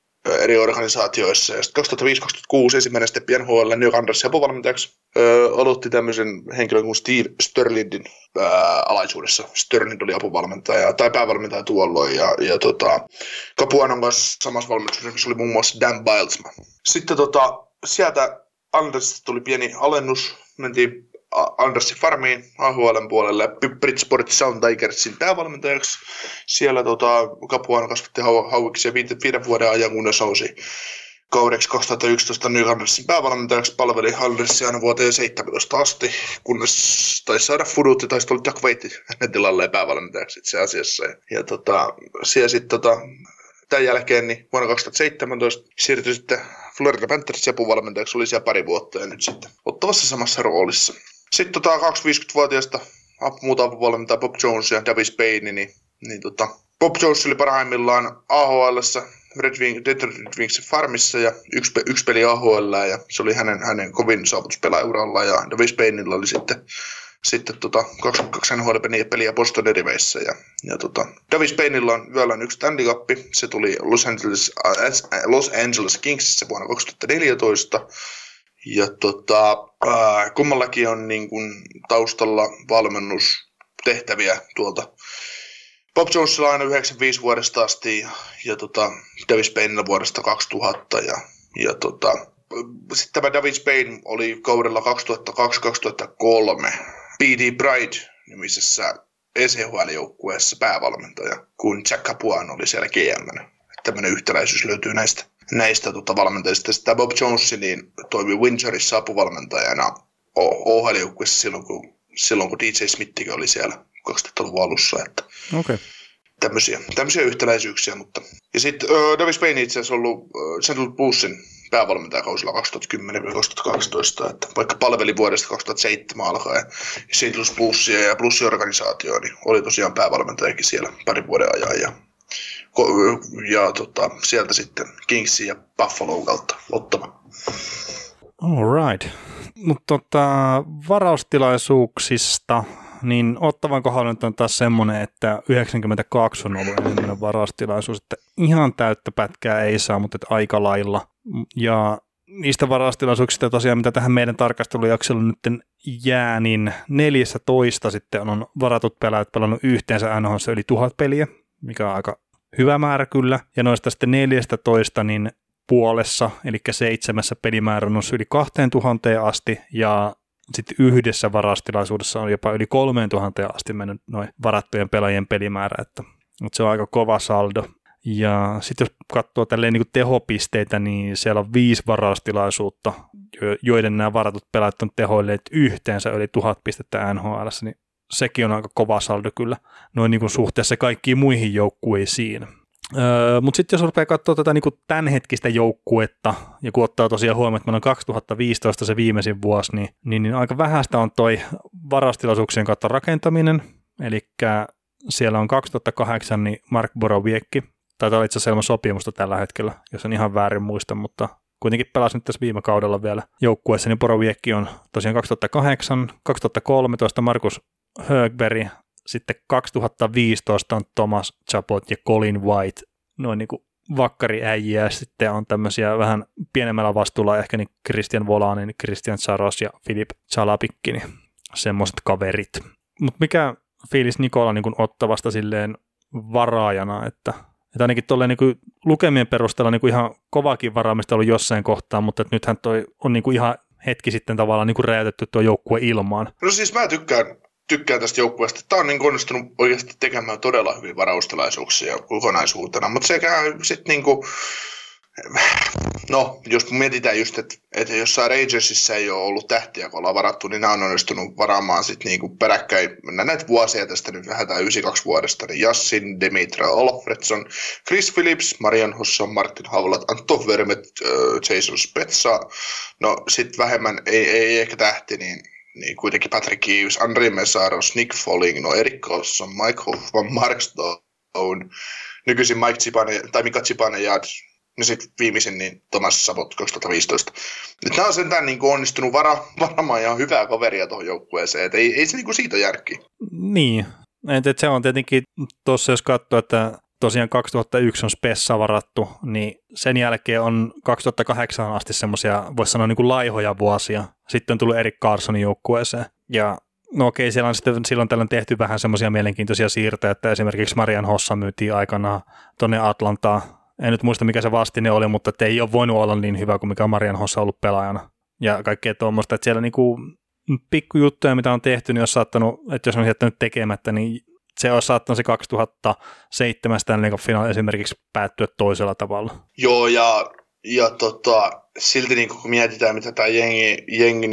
eri organisaatioissa. Ja sitten 2005-2006 ensimmäinen steppi NHL New York Andersin apuvalmentajaksi. Aloitti tämmöisen henkilön kuin Steve Sterlindin alaisuudessa. Sterlind oli apuvalmentaja tai päävalmentaja tuolloin. Ja Capuanon kanssa samassa valmennusryhmässä oli muun muassa Dan Bilesman. Sitten sieltä Andersista tuli pieni alennus. Mentiin Andersin farmiin AHL:n puolelle Bridgeport Sound Tigersin päävalmentajaksi. Siellä Capuano kasvatti hauiksi ja 5 vuoden ajan, kunnes nousi kaudeksi 2011 New Andersin päävalmentajaksi, palveli Andersia aina vuoteen 17 asti, kunnes taisi saada fudut ja taisi tulla Jack Waite hänen tilalleen päävalmentajaksi itse asiassa. Ja siellä sitten tämän jälkeen niin vuonna 2017 siirtyi sitten Florida Panthersin apuvalmentajaksi, oli siellä pari vuotta ja nyt sitten Ottavassa samassa roolissa. Sitten 250-vuotiaasta muuta apuvalmentaja Bob Jones ja Davis Payne, niin Bob Jones oli parhaimmillaan AHL:ssä Detroit Red Wingsin farmissa ja yksi peli AHL ja se oli hänen kovin saavutus pelaajauralla ja Davis Paynella oli sitten 22 NHL-peliä Boston Deriveissä ja Davis Paynella on vielä yksi Stanley Cup, se tuli Los Angeles Kingsissä vuonna 2014 ja kummallakin on niin kuin taustalla valmennustehtäviä tuolta. Bob Jonesilla aina 95 vuodesta asti ja Davis Paynella vuodesta 2000 ja sitten tämä Davis Payne oli kaudella 2002-2003 P.D. Pride-nimisessä ECHL-joukkueessa päävalmentaja, kun Jack Capuano oli siellä GM-nä. Tämmöinen yhtäläisyys löytyy näistä valmentajista. Sitten Bob Jones niin toimi Windsorissa apuvalmentajana OHL-joukkueessa silloin, kun DJ Smithikin oli siellä 2000-luvun alussa. Että tämmöisiä yhtäläisyyksiä. Ja sitten Davis Payne itse asiassa ollut St. Louis Bluesin päävalmentajakausilla 2010-2012, että vaikka palveli vuodesta 2007 alkaen St. Louis Bluesia ja Bluesin organisaatio, niin oli tosiaan päävalmentajakin siellä parin vuoden ajan. Ja sieltä sitten Kingsin ja Buffalon kautta Ottava. All right. Mutta varaustilaisuuksista, niin Ottavan kohdalla nyt on taas semmoinen, että 92 on ollut ensimmäinen varaustilaisuus, että ihan täyttä pätkää ei saa, mutta aika lailla. Ja niistä varaustilaisuuksista tosiaan, mitä tähän meidän tarkastelujaksolla nyt jää, niin 14 sitten on varatut pelaajat pelannut yhteensä NHL:ssä yli 1000 peliä, mikä on aika hyvä määrä kyllä. Ja noista sitten 14 niin puolessa, eli 7 pelimäärä on noussut yli 2000 asti, ja sitten yhdessä varaustilaisuudessa on jopa yli 3000 asti mennyt noin varattujen pelaajien pelimäärä, että se on aika kova saldo. Ja sitten jos katsoo tälleen niin kuin tehopisteitä, niin siellä on 5 varaustilaisuutta, joiden nämä varatut pelaajat on tehoilleet yhteensä yli 1000 pistettä NHL:ssä, niin sekin on aika kova saldo kyllä noin niin kuin suhteessa kaikkiin muihin joukkueisiin. Mutta sitten jos rupeaa katsoa tätä niin kuin tämänhetkistä joukkuetta, ja kun ottaa tosiaan huomioon, että meillä on 2015 se viimeisin vuosi, niin aika vähäistä on toi varaustilaisuuksien kautta rakentaminen, eli siellä on 2008 niin Mark Borowiecki, taitaa olla itse asiassa ilman sopimusta tällä hetkellä, jos en ihan väärin muista, mutta kuitenkin pelasi nyt tässä viime kaudella vielä joukkueessa, niin Borowiecki on tosiaan 2008, 2013 Markus Högberg, sitten 2015 on Thomas Chabot ja Colin White, noin niin kuin vakkariäjiä, sitten on tämmöisiä vähän pienemmällä vastuulla ehkä niin Christian Volanin, Christian Saros ja Filip Chalapikki, niin semmoiset kaverit. Mutta mikä fiilis Nikola niin kuin Ottavasta silleen varaajana, että ainakin tuolleen niin kuin lukemien perusteella niin kuin ihan kovakin varaamista ollut jossain kohtaa, mutta nythän toi on niin kuin ihan hetki sitten tavallaan niin kuin räjäytetty tuo joukkue ilmaan. No siis mä tykkään tästä joukkueesta. Tämä on niin onnistunut oikeasti tekemään todella hyvin varaustelaisuuksia kokonaisuutena, mutta sekä sitten niinku, no jos mietitään just, että jossain Rangersissa ei ole ollut tähtiä, kun ollaan varattu, niin nämä on onnistunut varaamaan sitten niinku peräkkäin, mennään näitä vuosia tästä nyt lähdetään 92 vuodesta, niin Jassin, Dimitra Alfredsson, Chris Phillips, Marian Hossa, Martin Havlat, Anton Vermet, Jason Spezza, no sitten vähemmän ei ehkä tähti, niin kuitenkin Patrick Eaves, Andrei Messaros, Nick Foligno, Erik Karlsson, Mike Hoffman, Mark Stone, nykyisin Mika Zibanejad, ja sitten viimeisin niin Thomas Chabot 2015. Nyt nämä on sentään niin onnistunut varaamaan ihan hyvää kaveria tuohon joukkueeseen, että ei se niin siitä järkkiä. Niin, että se on tietenkin tuossa, jos katsoo, että tosiaan 2001 on Spessa varattu, niin sen jälkeen on 2008 asti semmoisia, voisi sanoa niin kuin laihoja vuosia. Sitten on tullut Erik Carsonin joukkueeseen. Ja no okei, siellä on sitten silloin tällöin tehty vähän semmoisia mielenkiintoisia siirtoja, että esimerkiksi Marian Hossa myytiin aikanaan tuonne Atlantaan. En nyt muista, mikä se vastine oli, mutta ei ole voinut olla niin hyvä kuin mikä Marian Hossa ollut pelaajana. Ja kaikkea tuommoista, että siellä niinku pikkujuttuja, mitä on tehty, niin olisi saattanut, että jos on jättänyt tekemättä, niin se olisi saattanut se 2007 Stanley Cup-finaali esimerkiksi päättyä toisella tavalla. Joo, ja silti niinku, kun mietitään, mitä tämä jengi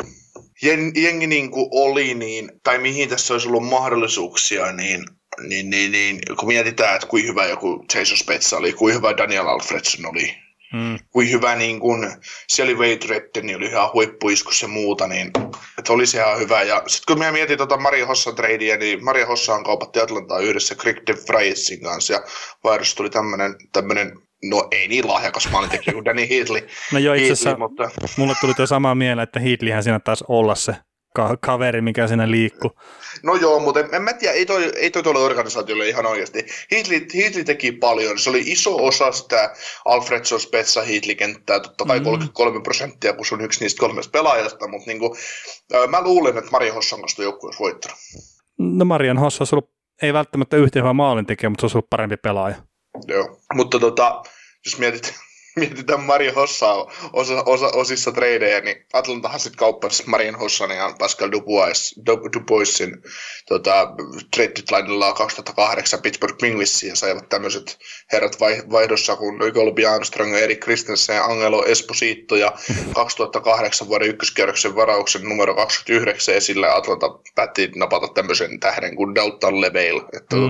oli, niin, tai mihin tässä olisi ollut mahdollisuuksia, niin kun mietitään, että kuinka hyvä joku Jason Spezza oli, kuinka hyvä Daniel Alfredsson oli, kuinka hyvä niin kun siellä oli Wade Redden, oli ihan huippuiskussa ja muuta, niin että oli se ihan hyvä. Ja sitten kun minä mietin Maria Hossan tradea, niin Maria Hossan kaupatti Atlantaa yhdessä Greg DeVriessin kanssa, ja vaihdossa tuli tämmöinen, no ei niin lahjakas maalintekijä kuin Danny Heatley. No joo, itse asiassa mulle tuli tuo sama mieleen, että Heatleyhän siinä taisi olla se kaveri, mikä siinä liikkuu. No joo, mutta en mä tiedä, ei toi tuolle organisaatiolle ihan oikeasti. Heatley teki paljon, se oli iso osa sitä Alfredsson Spezza Heatley-kenttää, totta kai 33%, kun se on yksi niistä 3 pelaajasta, mutta niinku, mä luulen, että Marian Hossan kanssa joukkue olisi voittanut. No Marian Hossa olisi ollut, ei välttämättä yhtä hyvä maalintekijä, mutta se olisi ollut parempi pelaaja. Joo, mutta jos mietitään Marian Hossaa osissa tradeja, niin Atlantahan sitten kauppasi Marian Hossan ja Pascal Duboisin trade deadlinella 2008 Pittsburgh Penguinsiin ja saivat tämmöiset herrat vaihdossa kuin Colby Armstrong, Erik Christensen ja Angelo Esposito ja 2008 vuoden ykköskierroksen varauksen numero 29 esille ja Atlanta päätti napata tämmöisen tähden kuin Dalton Leveille.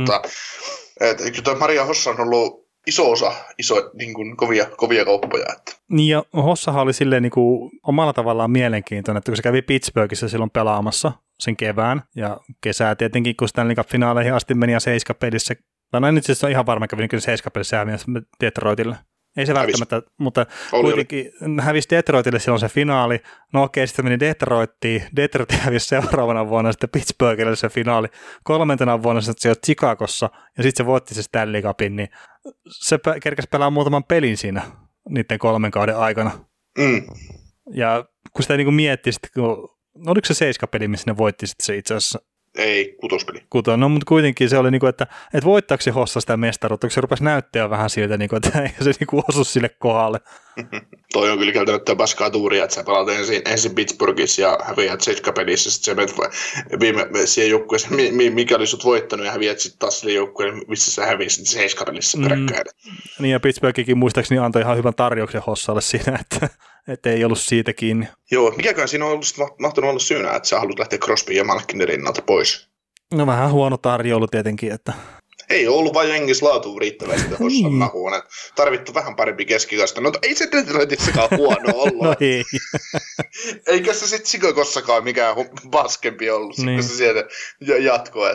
Että toi Marian Hossa on ollut iso osa, niin kuin kovia kauppoja. Että. Niin ja Hossahan oli silleen niin kuin omalla tavallaan mielenkiintoinen, että kun se kävi Pittsburghissa silloin pelaamassa sen kevään ja kesää tietenkin, kun Stanley Cup-finaaleihin asti meni ja 7-pelissä, tai nyt siis on ihan varma kävi niin 7-pelissä häviäisi Detroitille. Ei se välttämättä, mutta kuitenkin hävisi Detroitille silloin se finaali. No okei, sitten meni Detroittiin. Detroit hävisi seuraavana vuonna sitten Pittsburghille se finaali. 3. vuonna se oli Chicagossa ja sitten se voitti se Stanley Cupin, niin se kerkäsi pelaa muutaman pelin siinä niiden 3 kauden aikana. Ja kun sitä niin miettii, oliko se 7-peli, missä ne voitti sitten se itse asiassa? Ei, 6-peli. No, mutta kuitenkin se oli, niin kuin, että voittaako se Hossa sitä mestaruutta, kun se rupesi näyttää vähän siltä, niin kuin, että ei se niin osu sille kohdalle. Toi on kyllä käytännössä paskaa tuuria, että sä pelaat ensin Pittsburghissa ja häviät 7-pelissä, sitten sä menet siihen joukkueeseen, mikä oli sut voittanut, ja häviät sitten taas sille joukkueelle, missä sä häviät 7-pelissä peräkkäin. Niin, ja Pittsburghikin muistaakseni antoi ihan hyvän tarjouksen Hossalle siinä, että ei ollut siitä kiinni. Joo, mikäkään siinä on mahtunut olla syynä, että sä haluat lähteä Crosbyn ja Malkinin rinnalta pois? No vähän huono tarjoulu tietenkin, että... Ei ollut vain jengissä laatu riittävästi Hossan mahuun, että tarvittu vähän parempi keskikasta. No ei se Detroitissakaan huono ollut. No ei. Eikä se sitten Chicagossakaan mikään paskempi ollut, kun se sieltä jatkoi.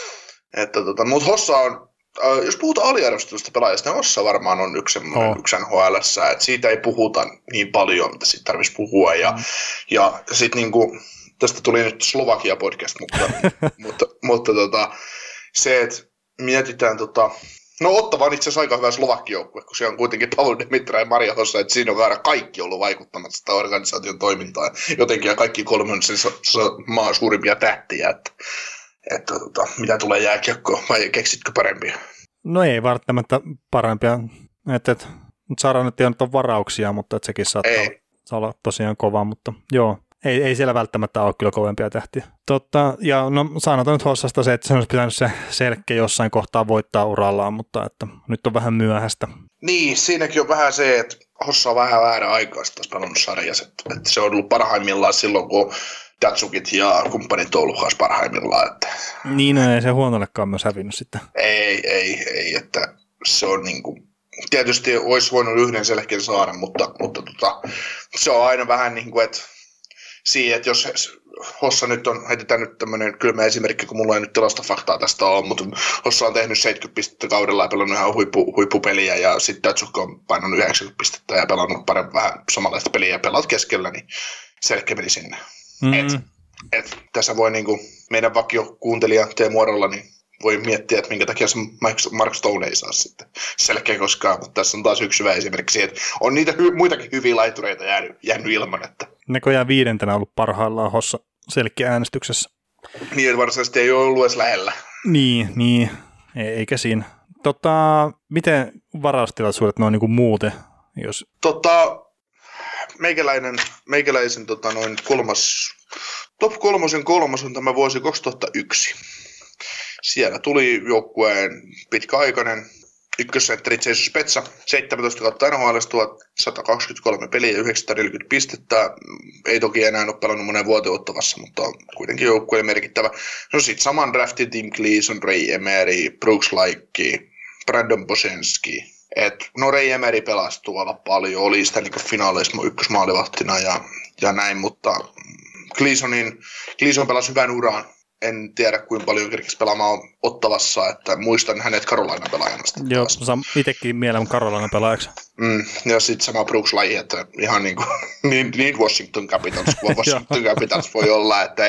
Mutta Hossa on, jos puhutaan aliarvostetusta pelaajasta, niin Hossa varmaan on yksi NHL:ssä, että siitä ei puhuta niin paljon, mitä siitä tarvitsisi puhua. Ja sitten niinku, tästä tuli nyt Slovakia-podcast, mutta se, että mietitään, no Ottava on itse asiassa aika hyvä Slovakki-joukkue, kun siellä on kuitenkin Pavel Demitra ja Marian Hossa, että siinä on kaikki ollut vaikuttamassa sitä organisaation toimintaan. Jotenkin ja kaikki 3 on sen maan suurimpia tähtiä, että mitä tulee jääkiekkoon, vai keksitkö parempia? No ei välttämättä parempia, että Sara nyt ei ole varauksia, mutta että sekin saattaa olla tosiaan kova, mutta joo. Ei siellä välttämättä ole kyllä kovempia tähtiä. Ja no sanotaan nyt Hossasta se, että se olisi pitänyt se Selke jossain kohtaa voittaa urallaan, mutta että nyt on vähän myöhäistä. Niin, siinäkin on vähän se, että Hossa on vähän väärä aikaa taas pelannut sarjassa, että se on ollut parhaimmillaan silloin, kun Datsukit ja kumppanit on ollut kanssa parhaimmillaan. Että... Niin, ei se huonollekaan myös hävinnyt sitten. Ei, että se on niinku... Tietysti olisi voinut yhden Selken saada, mutta se on aina vähän niin kuin, että siihen, että jos Hossa nyt on, heitetään nyt tämmöinen kylmä esimerkki, kun mulla ei nyt tilastofaktaa tästä ole, mutta Hossa on tehnyt 70 pistettä kaudella ja pelannut ihan huippupeliä ja sitten Datsuk on painanut 90 pistettä ja pelannut vähän samanlaista peliä ja pelaat keskellä, niin Selke meni sinne. Et tässä voi niinku meidän vakiokuuntelija Teemu Arolla niin voi miettiä, että minkä takia se Mark Stone ei saa sitten selkeä koskaan, mutta tässä on taas yksi hyvä esimerkki siitä, että on niitä muitakin hyviä laitureita jäänyt ilman. Että... Näköjään 5. ollut parhaillaan Hossa selkeä äänestyksessä. Niin, että varsinaisesti ei ole ollut edes lähellä. Niin, eikä siinä. Miten varaustilaisuudet noin niin kuin muuten? Jos... Meikäläisen noin top 3 on tämä vuosi 2001. Siellä tuli joukkueen pitkäaikainen ykkössentteri Jason Spezza, 17 kautta NHL, 1123 peliä ja 940 pistettä. Ei toki enää ole pelannut monen vuoteen ottavassa, mutta on kuitenkin joukkueelle merkittävä. No sit saman draftin Tim Gleason, Ray Emery, Brooks Laiki, Brandon Bosenski. Ray Emery pelasi tuolla paljon, oli sitä niin finaaleissa ykkösmaalivahtina ja näin, mutta Gleason pelasi hyvän uran. En tiedä, kuinka paljon kerkesi pelaamaan Ottavassa, että muistan hänet Carolina pelaajana. Joo, itsekin mieleen Carolina pelaajaksi. Ja sitten sama Brooks Laji, että ihan niin Washington Capitals, kun Washington Capitals voi olla, että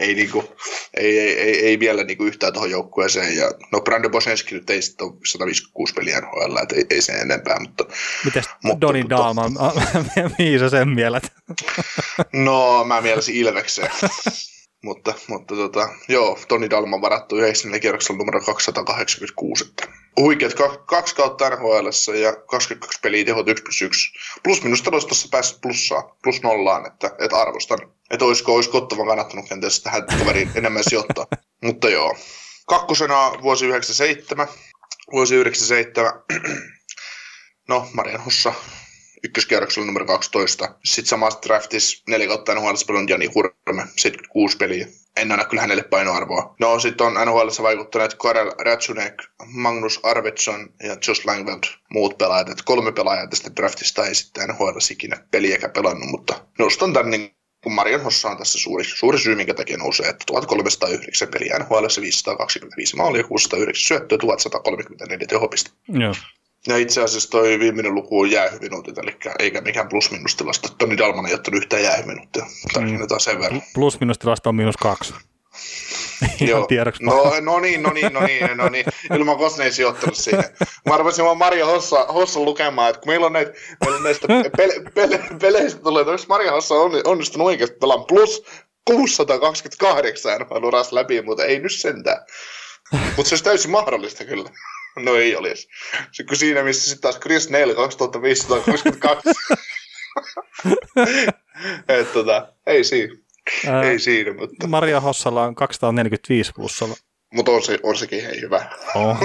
ei vielä yhtään tuohon joukkueeseen. Ja Brandon Bosenski nyt ei sitten ole 156 peliä NHL, että ei sen enempää. Mites Donny Dahlman, mihin sä sen mielet? No, mä mielesin Ilvekseen. Mutta joo, Toni Dalman varattu 9. kierroksella numero 286. Huikeat 2 kautta NHL:ssä ja 22 peliä tehot 1+1. Plus minusta olisi tuossa päässyt plus nollaan, että arvostan. Että olisiko Ottavan kannattanut kenties tähän kaveriin enemmän sijoittaa. Mutta joo. 2. vuosi 97. No, Marian Hossa. Ykköskierroksella numero 12. Sitten samassa draftissa 4 kautta NHL:ssä pelannut Jani Hurme, 76 peliä. En anna kyllä hänelle painoarvoa. No sitten on NHL:ssä vaikuttaneet Karel Ratsunek, Magnus Arvidsson ja Josh Langveld, muut pelaajat. Et 3 pelaajaa tästä draftista ei sitten NHL:ssä ikinä peliäkään pelannut, mutta nostan tän niin kun Marian Hossa on tässä suuri syy, minkä takia nousee, että 1309 peliä NHL:ssä, 525 maalia, 609 syöttöä, 1134 tehopistettä. Joo. Ja itse asiassa toi viimeinen luku on jäähyminuutit, eli eikä mikään plus-minustilasta. Toni Dalman ei ottanut yhtään jäähyminuuttia. Tarkennetaan sen verran. Plus-minustilasta on -2. Joo. No niin. Ilman Kosne ei sijoittanut siihen. Mä arvasin vaan Maria Hossan lukemaan, että kun meillä on näistä peleistä tulee, että onko Maria Hossa onnistunut oikeasti pelaan plus 628 urassa läpi, mutta ei nyt sentään. Mutta se olisi täysin mahdollista kyllä. No ei olisi. Kun siinä, missä sitten taas Chris Neil 2522. Ei siinä. Ei siinä, mutta... Maria Hossalla on 245 plussalla. Mutta on sekin hei hyvä. Oh.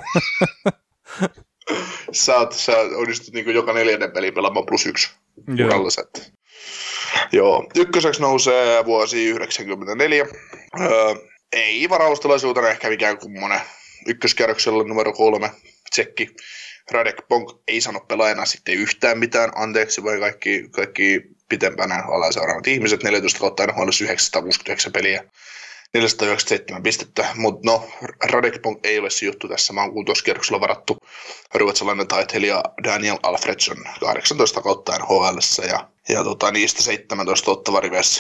Sä onnistut niin joka 4. peli pelaamaan +1 uralliset. Joo. Ykköseksi nousee vuosi 94. Ei varaustilaisuutena ehkä mikään kummonen. Ykköskierroksella numero 3, tsekki. Radek Bonk ei sano pelaajana sitten yhtään mitään. Anteeksi vai kaikki pitempänä alan seuraavat ihmiset. 14 kautta NHL 969 peliä. 497 pistettä. Mutta no, Radek Bonk ei ole se juttu tässä. Mä oon kuutoskierroksella varattu ruotsalainen taiteilija Daniel Alfredsson 18 kautta NHL:ssä ja niistä 17 ottava riveissä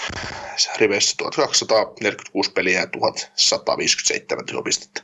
1246 peliä ja 1157 tehopistettä.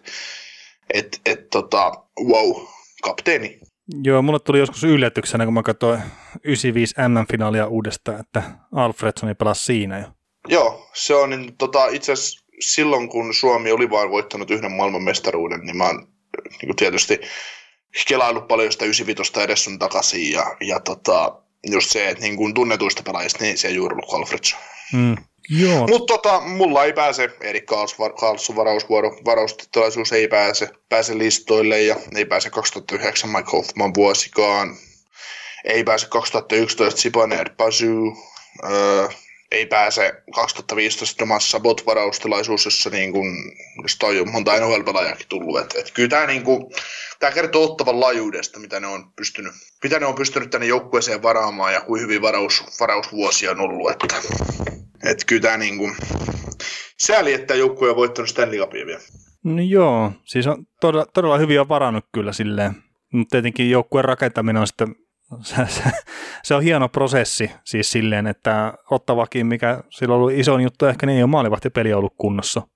Wow, kapteeni. Joo, mulle tuli joskus yllätyksenä, kun mä katsoin 95 MM-finaalia uudestaan, että Alfredssoni pelasi siinä jo. Joo, se on itse asiassa silloin, kun Suomi oli vain voittanut yhden maailmanmestaruuden, niin mä oon niin tietysti kelaillut paljon sitä 95 edes sun takaisin ja just se, että niin kuin tunnetuista pelaajista, niin se ei juuri ollut Alfredsson. Joo. Mutta mulla ei pääse, Erik Karlsson varaustilaisuus ei pääse listoille ja ei pääse 2009 Mike Hoffman vuosikaan. Ei pääse 2011 Zibanejad Pazu. Ei pääse 2015 Thomas Sabot varaustilaisuus, jossa niin kun, josta on jo monta NHL-pelaajakin tullut. Et kyllä tämä kertoo Ottavan laajuudesta, mitä ne on pystynyt tänne joukkueeseen varaamaan ja kuin hyvin varausvuosia on ollut. Että kyllä tämä niin kuin, sääli, että joukkue on voittanut Stanley Cupia vielä. No joo, siis on todella hyvin on varannut kyllä silleen, mutta tietenkin joukkueen rakentaminen on sitten, se on hieno prosessi siis silleen, että Ottavakin, mikä sillä on ollut iso juttu, ehkä niin ei ole maalivahtipeli ollut kunnossa.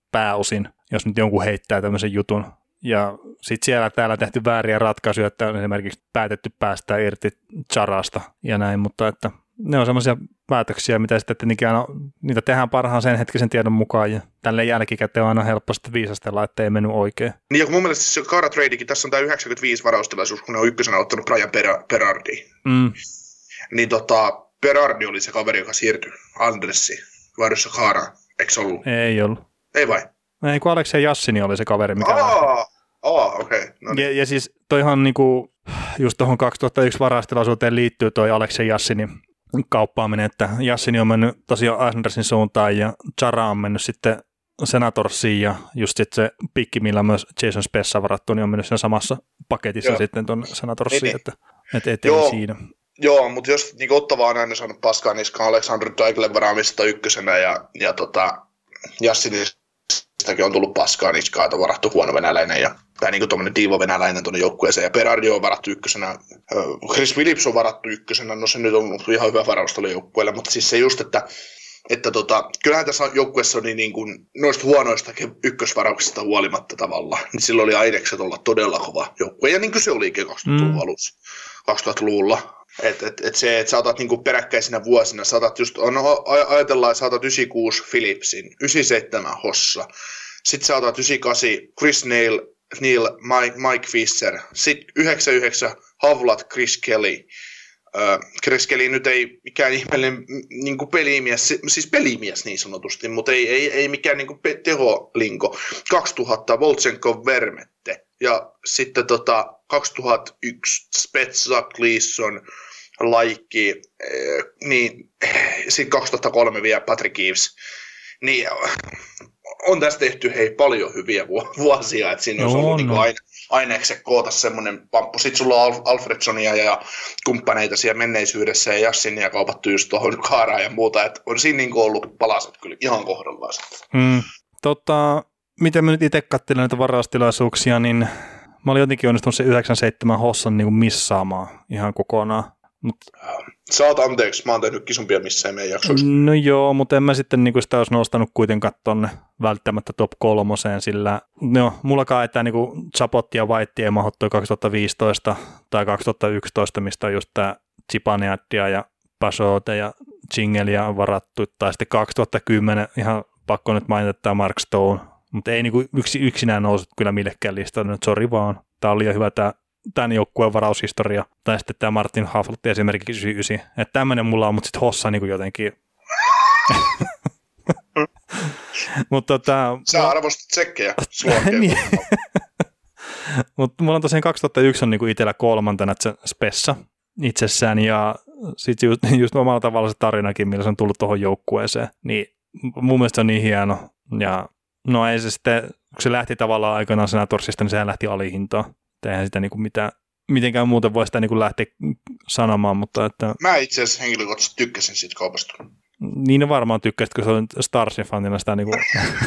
pääosin, jos nyt jonkun heittää tämmöisen jutun. Ja sitten siellä täällä tehty vääriä ratkaisuja, että on esimerkiksi päätetty päästää irti Charasta ja näin, mutta että ne on semmoisia päätöksiä, mitä sitten tietenkin aina, niitä tehdään parhaan sen hetkisen tiedon mukaan, ja tälle jälkikäteen on aina helppo sitten viisastella, että ei mennyt oikein. Niin, ja kun mun mielestä se Cara Tradekin, tässä on tämä 95 varaustilaisuus, kun ne on ykkösenä ottanut Brian Berardi. Niin Berardi oli se kaveri, joka siirtyi Andressi vaihdossa Caraan, eikö se ollut? Ei ollut. Ei vai? Ei, kun Aleksei Jassini oli se kaveri, mikä okei. No niin. Ja siis toihan niinku, just tuohon 2001 varaustilaisuuteen liittyy toi Aleksei Jassinin kauppaaminen, että Jassini on mennyt tosiaan Islandersin suuntaan ja Chara on mennyt sitten Senatorsiin ja just sitten se pikki, millä myös Jason Spessa varattu, niin on mennyt siinä samassa paketissa sitten tuonne Senatorsiin, niin. että ei siinä. Joo, mutta jos niin Ottava on aina saanut paskaa niskaan Alexander Daiglen varaamista ykkösenä ja Jassinistakin on tullut paskaa niskaan, että on varattu huono venäläinen tai niin kuin tuommoinen diivo-venäläinen tuonne joukkueeseen, ja Berardi on varattu ykkösenä, Chris Phillips on varattu ykkösenä, no se nyt on ihan hyvä varaus tuolle joukkueelle, mutta siis se just, että kyllähän tässä joukkueessa oli niin kuin noista huonoista ykkösvarauksista huolimatta tavalla, niin silloin oli ainekset olla todella kova joukkue, ja niin kuin se olikin 2000-luvun alussa, 2000-luvulla. Että sä otat niinku peräkkäisinä vuosina, ajatellaan, että sä otat 96 Phillipsin, 97 Hossa, sitten sä otat 98 Chris Neil, Mike Fisher, sitten 99 Havlat Chris Kelly. Chris Kelly nyt ei mikään ihmeellinen niinku pelimies, siis pelimies niin sanotusti, mutta ei mikään niinku teholinko. 2000 Voltsenkov Vermette ja sitten 2001 Spezza Gleason Laikki, niin sitten 2003 vielä Patrick Eaves. Niin on tästä tehty paljon hyviä vuosia, että siinä olisi ollut niinku ainekset koota semmoinen pamppu. Sitten sulla on Alfredsonia ja kumppaneita siellä menneisyydessä ja Jassinia kaupattu just tuohon Caraan ja muuta, että on siinä niinku ollut palaset kyllä ihan kohdallaan. Miten mä nyt itse katselen näitä varaustilaisuuksia, niin mä olin jotenkin onnistunut se 97 Hossan niinku missaamaan ihan kokonaan. Saat anteeksi, mä oon tehnyt kisumpia missään meidän jaksoissa. No joo, mutta en mä sitten niinku sitä olisi nostanut kuitenkaan tonne välttämättä top 3, sillä mullakaan ei tämä niinku Chapotti ja White ei mahdu toi 2015 tai 2011, mistä on just tämä Zibanejaddia ja Pasote ja Chingelia on varattu, tai sitten 2010 ihan pakko nyt mainita tämä Mark Stone, mutta ei niinku yksinään noussut kyllä millekään listalle, nyt sori vaan. Tämä oli liian hyvä tämän joukkueen varaushistoria, tai sitten tämä Martin Haflut esimerkiksi 99, että tämmöinen mulla on, mutta sitten Hossa niin kuin jotenkin. Sä arvostat tsekkejä. Niin. Mutta mulla on tosiaan 2001 on niin kuin itsellä kolmantena se Spessa itsessään, ja sitten just omalla tavalla se tarinakin, millä se on tullut tuohon joukkueeseen, niin mun mielestä se on niin hieno, ja no ei se sitten, kun se lähti tavallaan aikanaan Senatorsista, niin sehän lähti alihintaan. Eihän sitä niinku mitenkään muuten voi sitä niinku lähteä sanomaan, mutta että. Mä itse asiassa henkilökohtaisesti tykkäsin siitä kaupasta. Niin varmaan tykkäsit, kun se oli Starsin fanina sitä niinku.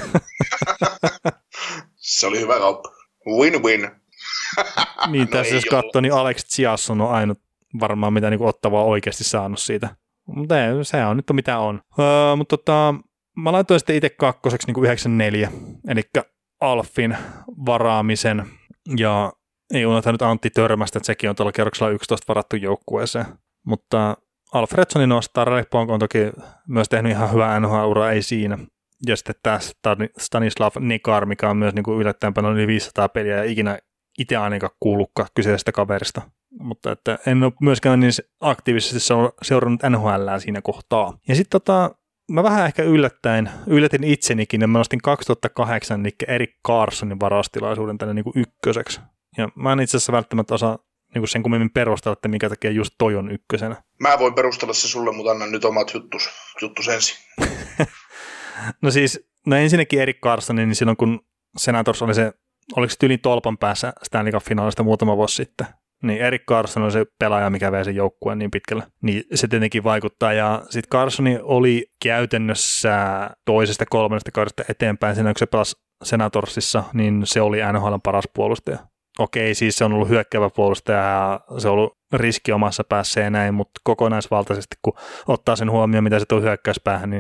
Se oli hyvä kauppa. Win-win. Niin tässä jos katsoo, niin Alex Chiasson on ainut varmaan mitä niinku Ottavaa oikeasti saanut siitä. Mutta se on nyt mitä on. Mutta mä laitoin sitten itse kakkoseksi niinku 94, eli Alfin varaamisen ja ei unohda nyt Antti Törmästä, että sekin on tuolla kerroksella 11 varattu joukkueeseen. Mutta Alfredssonin nostaa, Raleigh-Ponk on toki myös tehnyt ihan hyvää NHL-uraa, ei siinä. Ja sitten tämä Stanislav Nikar, mikä on myös niin kuin yllättäenpä noin yli 500 peliä ja ikinä itse ainakaan kuullutkaan kyseisestä kaverista. Mutta että en ole myöskään niin aktiivisesti seurannut NHLää siinä kohtaa. Ja sitten mä vähän ehkä yllätin itsenikin, ja mä nostin 2008 eli Erik Carsonin varaustilaisuuden tänne niin kuin ykköseksi. Ja mä en itse asiassa välttämättä osaa niin kuin sen kummemmin perustella, että minkä takia just toi on ykkösenä. Mä voin perustella se sulle, mutta anna nyt omat juttus ensin. No siis, ensinnäkin Erik Carsonin, niin silloin kun Senators oli se, oliko se tyylin tolpan päässä Stanley Cup-finaalista muutama vuosi sitten, niin Erik Carson on se pelaaja, mikä vei sen joukkueen niin pitkälle. Niin se tietenkin vaikuttaa. Ja sitten Carsoni oli käytännössä toisesta kolmannesta kaudesta eteenpäin. Siinä kun se pelasi Senatorsissa, niin se oli NHL:n paras puolustaja. Okei, siis se on ollut hyökkäävä puolustaja ja se on ollut riski omassa päässä ja näin, mutta kokonaisvaltaisesti, kun ottaa sen huomioon, mitä se tuo hyökkäyspäähän, niin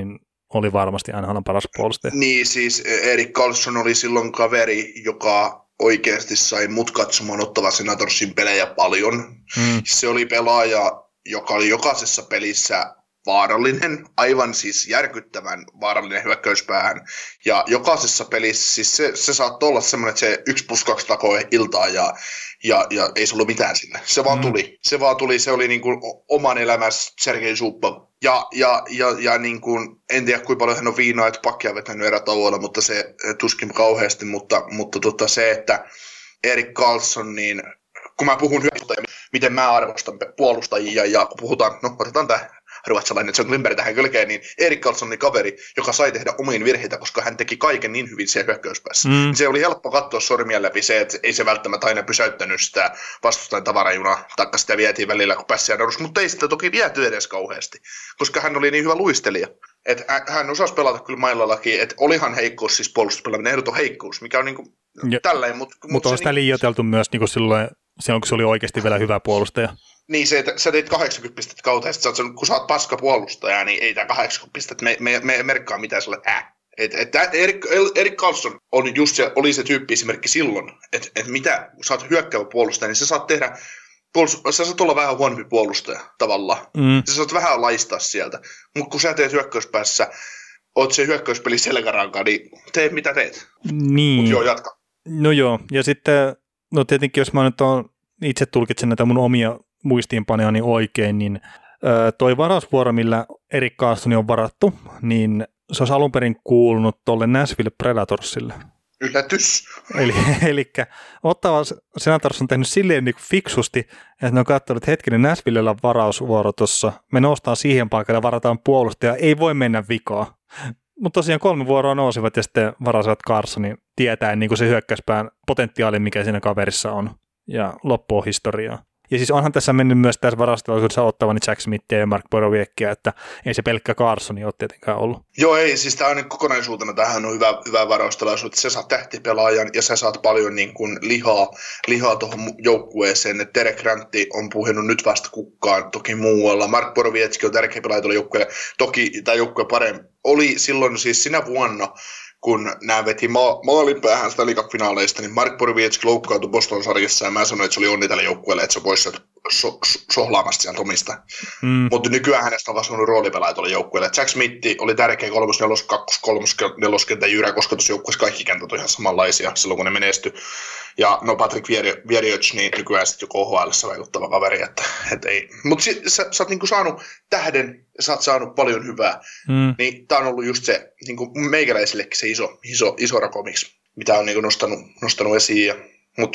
oli varmasti NHL:n paras puolustaja. Niin, siis Erik Karlsson oli silloin kaveri, joka oikeasti sai mut katsomaan Ottawa Senatorsin pelejä paljon. Se oli pelaaja, joka oli jokaisessa pelissä vaarallinen, aivan siis järkyttävän vaarallinen hyökkäyspäähän. Ja jokaisessa pelissä, siis se saattoi olla semmoinen, että se 1+2 takoi iltaa ja ei se ollut mitään sille. Se vaan tuli, se oli niin kuin oman elämässä Sergei Zubov. Ja niin kuin, en tiedä kuinka paljon hän on viinaa, että pakkia vetänyt erätauolla, mutta se tuskin kauheasti, mutta se, että Erik Karlsson, niin kun mä puhun hyökkäystä, miten mä arvostan puolustajia ja kun puhutaan, no otetaan tämä ruotsalainen John Klimberg tähän kylkeen, niin Erik Karlsson oli kaveri, joka sai tehdä omiin virheitä, koska hän teki kaiken niin hyvin siellä hyökkäyspäässä. Se oli helppo katsoa sormien läpi se, että ei se välttämättä aina pysäyttänyt sitä vastustajan tavarajunaa, taikka sitä vietiin välillä, kun pääsi siellä mutta ei sitä toki viety edes kauheasti, koska hän oli niin hyvä luistelija. Että hän osasi pelata kyllä mailallakin, että olihan heikkous, siis puolustuspelaaminen ehdoton heikkous, mikä on niin kuin tälleen. Mutta on sitä liioiteltu myös niin kuin silloin, kun se oli oikeasti vielä hyvä puolustaja. Niin se, että sä teit 80 pistettä kautta, ja kun sä oot paska puolustaja, niin ei tää 80 pistettä me merkkaa mitään sulle Erik Karlsson on just se, oli se tyyppi esimerkki silloin, että mitä kun sä oot hyökkäävä puolustaja, niin sä saat tehdä, sä saat olla vähän huonompi puolustaja tavallaan. Sä saat vähän laistaa sieltä, mutta kun sä teet hyökkäyspäässä, oot se hyökkäyspeli selkärankaan, niin tee mitä teet. Niin. Mut joo, jatka. No joo, ja sitten, no tietenkin jos mä nyt itse tulkitsen näitä mun omia muistiinpanojani oikein, niin toi varausvuoro, millä Erik Karlsson on varattu, niin se olisi alun perin kuulunut tuolle Nashville Predatorsille. Yllätys. Eli Ottawa Senators on tehnyt silleen niin fiksusti, että ne on katsonut, että hetkinen, Nashvillellä on varausvuoro tuossa, me noustaan siihen paikalle ja varataan puolustaja, ei voi mennä vikaa. Mutta tosiaan 3 vuoroa nousivat ja sitten varasivat Karlssonin tietäen niin kuin se hyökkäyspään potentiaali, mikä siinä kaverissa on, ja loppu on historiaa. Ja siis onhan tässä mennyt myös tässä varasteluisuudessa Ottavan Jack Smithia ja Mark Borowieckia, että ei se pelkkä Karlsson ole tietenkään ollut. Joo, ei, siis tämä on niin kokonaisuutena, tämähän on hyvä varaustelaisuus, että sä saat tähtipelaajan ja sä saat paljon niin kuin lihaa tuohon joukkueeseen, että Derek Grantti on puhunut nyt vasta kukkaan, toki muualla. Mark Borowiecki on tärkeä pelaaja tuolle joukkueelle, toki tämä joukkue parempi. Oli silloin siis sinä vuonna, kun nämä veti maalin päähän sitä liigafinaaleista, niin Mark Borowiecki loukkaantui Boston-sarjassa, ja mä sanoin, että se oli onni tälle joukkueelle, että se pois sohlaamasta sieltä omista. Mutta nykyään hänestä on kasvanut roolipelaaja tuolle joukkueelle. Jack Smith oli tärkeä 3, 4, 2, 3, 4 kentän jyrä, koska tuossa joukkueessa kaikki kentät on ihan samanlaisia silloin, kun ne menestyi. Ja no Patrick Vierioch, niin nykyään sitten jo KHL:ssä vaikuttava kaveri, että ei. Mutta sä oot niinku saanut tähden, ja sä oot saanut paljon hyvää. Niin tää on ollut just se niinku meikäläisillekin se iso rakomiksi, mitä on niinku nostanut esiin. Mutta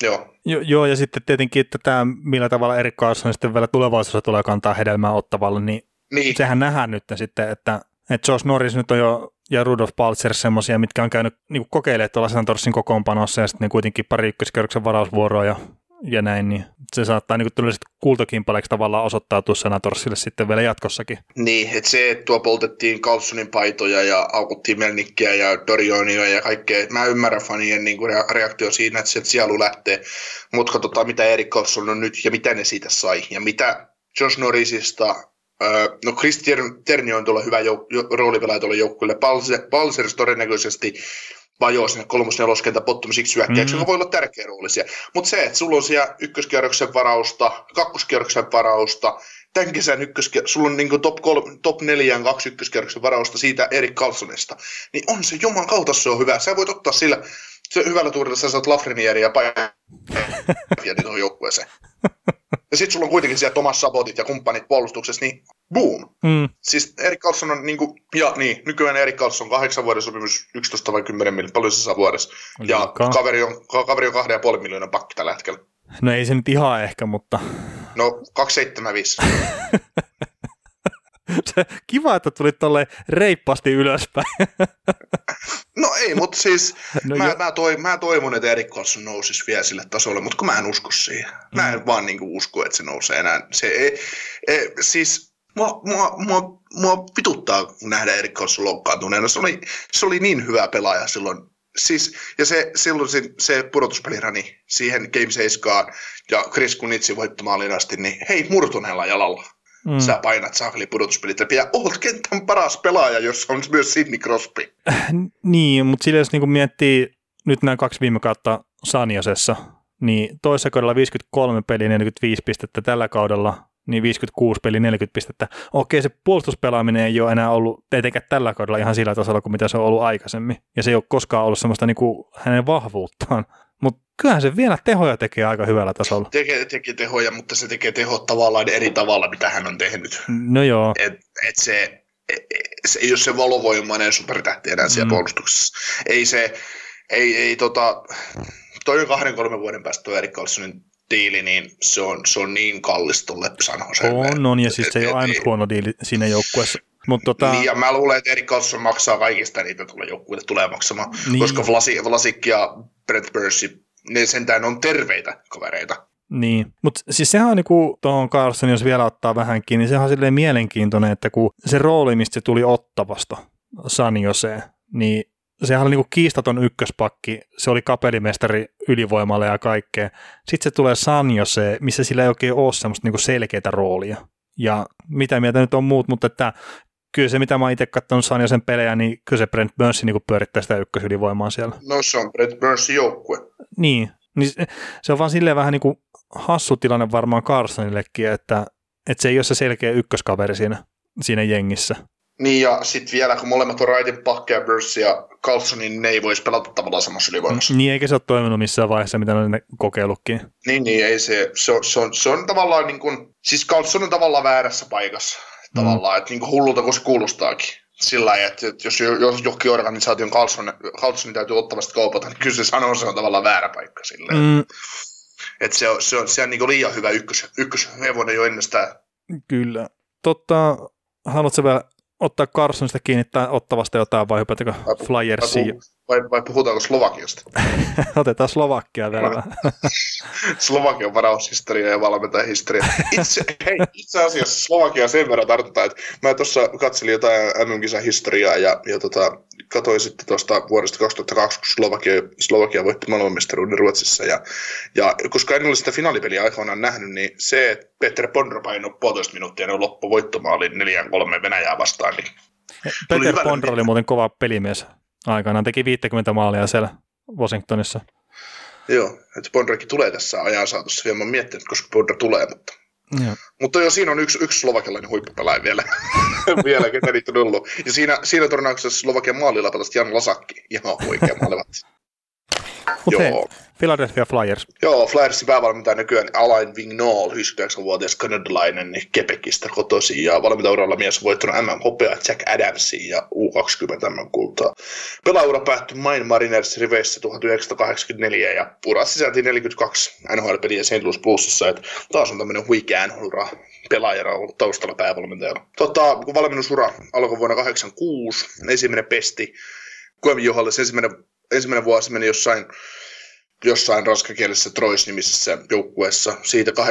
Joo, ja sitten tietenkin, että tämä, millä tavalla Erik Karlsson sitten vielä tulevaisuudessa tulee kantaa hedelmää Ottavalle, niin sehän nähdään nyt sitten, että Josh Norris nyt on jo, ja Rudolf Balcer semmoisia, mitkä on käynyt niin kokeilemaan tuolla Senatorsin kokoonpanossa, ja sitten kuitenkin pari ykköskierroksen varausvuoroa ja näin, niin se saattaa niin tällaiset kultakimpaleiksi tavallaan osoittautua Senatorsille sitten vielä jatkossakin. Niin, että se, että tuo poltettiin Karlssonin paitoja ja aukuttiin Melnikkiä ja Dorionia ja kaikkea. Mä ymmärrän fanien niin kuin reaktio siinä, että sieltä sielu lähtee. Mutta katsotaan, mitä Erik Karlsson on nyt ja mitä ne siitä sai. Ja mitä Josh Norrisista, no Christian Terni on tuolla hyvä roolipelaaja tuolle joukkueelle. Balcer todennäköisesti vajoo sinne 3-4 kentän pottomisiksi hyökkäyksi, joka voi olla tärkeä rooli siellä. Mutta se, että sulla on siellä ykköskierroksen varausta, kakkoskierroksen varausta, tämän kesän sulla on niinku top 4 2 ykköskierroksen varausta siitä Erik Karlssonista, niin on se juman kautta se on hyvä. Sä voit ottaa sillä, se hyvällä tuurilla sä saat Lafrenieria ja Päiviä tuohon joukkueeseen. Ja sit sulla on kuitenkin siellä Thomas Sabotit ja kumppanit puolustuksessa, niin boom. Siis Erik Karlsson on niinku, ja niin, nykyään Erik Karlsson 8 vuoden sopimus 11 vai 10 miljoonaa, paljon se saa vuodessa. Ja kaveri on 2,5 miljoonan pakki tällä hetkellä. No ei se nyt ihan ehkä, mutta... No 2,75. Kiva, että tulit tolleen reippaasti ylöspäin. No ei, mutta siis mä toivon, että Erik Karlsson nousisi vielä sille tasolle, mutta kun mä en usko siihen. Mä en vaan niinku usko, että se nousee enää. Siis mua vituttaa nähdä Erik Karlsson loukkaantuneena. Se oli niin hyvä pelaaja silloin. Siis, ja silloin se pudotuspelirani siihen Game 7 ja Chris Kunitsin voittomaalin asti, niin hei, murtuneella jalalla. sä painat saakeli pudotuspelit läpi ja oot kentän paras pelaaja, jossa on myös Sidney Crosby. Niin, mutta sillä jos niinku miettii nyt nämä 2 viime kautta San Josessa, niin toisessa kaudella 53 peliä 45 pistettä, tällä kaudella niin 56 peliä 40 pistettä. Okei, se puolustuspelaaminen ei ole enää ollut etenkään tällä kaudella ihan sillä tasolla kuin mitä se on ollut aikaisemmin. Ja se ei ole koskaan ollut semmoista niinku hänen vahvuuttaan. Mutta kyllähän se vielä tehoja tekee aika hyvällä tasolla. Tekee tehoja, mutta se tekee tehot tavallaan eri tavalla, mitä hän on tehnyt. No joo. Se ei ole se valovoimainen supertähti enää siellä puolustuksessa. Toi on 2-3 vuoden päästä tuo Erik Karlssonin diili, niin se on niin kallis tuolle San Joselle. On, ja siis se ei ole ainut huono diili siinä joukkueessa. Niin, ja mä luulen, että Erik Karlsson maksaa kaikista niitä tuolle joukkueelle tulee maksamaan, niin. Koska Vlasic ja Brent Bursi, ne sentään on terveitä kavereita. Niin, mutta siis sehän on niinku tuohon Karlsson, jos vielä ottaa vähänkin, niin sehän on silleen mielenkiintoinen, että kun se rooli, mistä se tuli Ottavasta San Joseen, niin sehän oli niinku kiistaton ykköspakki, se oli kapelimestari ylivoimalle ja kaikkea. Sitten se tulee San Joseen, missä sillä ei oikein ole semmoista niinku selkeää roolia. Ja mitä mieltä nyt on muut, mutta että kyllä se, mitä mä oon itse katsonut San Josen pelejä, niin kyllä se Brent Burns niinku pyörittää sitä ykkösylivoimaa siellä. No se on Brent Burnsin joukkue. Niin se on vaan silleen vähän niinku hassu tilanne varmaan Karlssonillekin, että se ei ole se selkeä ykköskaveri siinä jengissä. Niin, ja sitten vielä, kun molemmat on Wrightin pakkeja, Burns ja Karlsson, niin ne ei voisi pelata tavallaan samassa ylivoimassa. Niin, eikä se ole toiminut missään vaiheessa, mitä ne on kokeillutkin. Niin, ei se on tavallaan niin kuin, siis Karlsson on tavallaan väärässä paikassa, tavallaan, että niin kuin hullulta kun se kuulostaakin. Sillä lailla, että jos jokin organisaation Karlssonin täytyy ottavasti kaupata, niin kyllä se sanoo, se on tavallaan väärä paikka silleen. Että se on niin kuin liian hyvä ykköshevonen jo ennestään. Kyllä. Haluatko vielä ottaa Karlssonista kiinni tai Ottavasta jotain vai hypätäkö Flyersiin? Vai puhutaanko Slovakiasta? Otetaan Slovakia vielä. Slovakian varaushistoria ja valmentajahistoria. Itse asiassa Slovakia sen verran tartutaan, että mä tuossa katselin jotain MM-kisan historiaa ja katsoin sitten tuosta vuodesta 2002, kun Slovakia voitti maailmanmestaruuden Ruotsissa. Ja koska en ole sitä finaalipeliä aikoinaan nähnyt, niin se, että Peter Bondro painoi 1,5 minuuttia ja loppu voittomaali 4-3 Venäjää vastaan. Niin Peter Bondro oli muuten kova pelimies. Aikanaan teki 50 maalia siellä Washingtonissa. Joo, että Bondrokin tulee tässä ajan saatossa. Vielä mä oon miettinyt, koska Bondro tulee, mutta jo siinä on yksi slovakialainen huippupelaaja vielä, ketä niitä on ollut. Ja siinä turnauksessa Slovakian maalilla pelasi Jan Lasakki, ihan oikea maalivahti. Mutta hei, Philadelphia Flyers. Joo, Flyersin päävalmentaja nykyään Alain Vigneault, 59-vuotias kanadalainen Quebecistä kotoisin ja valmentajauralla mies voittanut MM-hopeaa Jack Adamsin ja U20 MM-kultaa. Pelaaura päättyi Maine Mariners riveissä 1984 ja ura sisälti 42 NHL-peliä St. Louis Bluesissa, että taas on tämmöinen huikea NHL-ura pelaajana ollut taustalla päävalmentajana. Kun valmennusura alkoi vuonna 1986, ensimmäinen pesti Guam Johalles ensimmäinen vuosi meni jossain ranskakielisessä Troyes-nimisessä joukkueessa. Siitä 87-92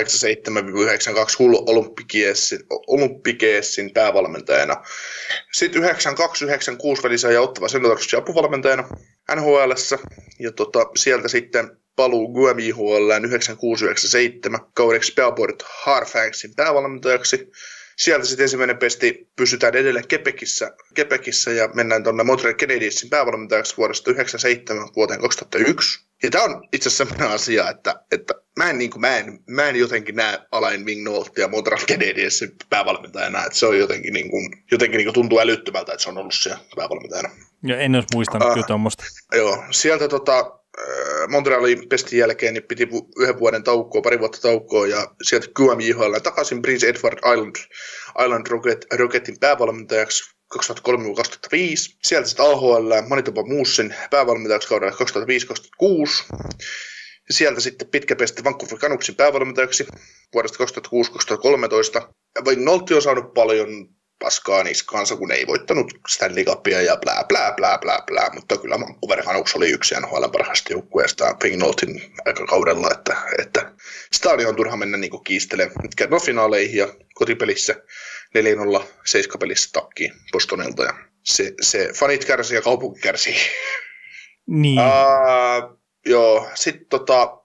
Olympiquesin päävalmentajana. Sitten 92-96 välissä ja Ottava Senators apuvalmentajana NHL:ssä. Ja sieltä sitten paluu Guam JHL:ään 96-97 kaudeksi Bellport Harfangsin päävalmentajaksi. Sieltä sitten ensimmäinen pesti pysytään edelleen Quebecissä ja mennään tuonne Montreal Canadiensin päävalmentajaksi vuodesta 1997 vuoteen 2001. Ja tämä on itse asiassa sellainen asia, että mä en jotenkin näe Alain Vigneaultia Montreal Canadiensin päävalmentajana, että se on jotenkin tuntuu älyttömältä, että se on ollut siellä päävalmentajana. Ja en olisi muistanut kyllä tuommoista. Joo, sieltä Montrealin pestin jälkeen niin piti pari vuotta taukoa ja sieltä QMJHL takaisin Prince Edward Island Rocketin päävalmentajaksi 2003-2005. Sieltä sitten AHL Manitoba Moosein päävalmentajaksi kaudella 2005-2006. Ja sieltä sitten pitkä pesti Vancouver Canucksin päävalmentajaksi vuodesta 2006-2013. Vigneault on saanut paljon paskaa niskaansa, kun ei voittanut Stanley Cupia ja blää, mutta kyllä Vancouver Canucks oli yksi NHL parhaista joukkueesta Vigneaultin aikakaudella, että sitä on ihan turha mennä niinku kiistelemään. Mitkä finaaleihin ja kotipelissä 4-0 7-pelissä takkiin Bostonilta ja se fanit kärsii ja kaupunki kärsii. Niin. Joo, sitten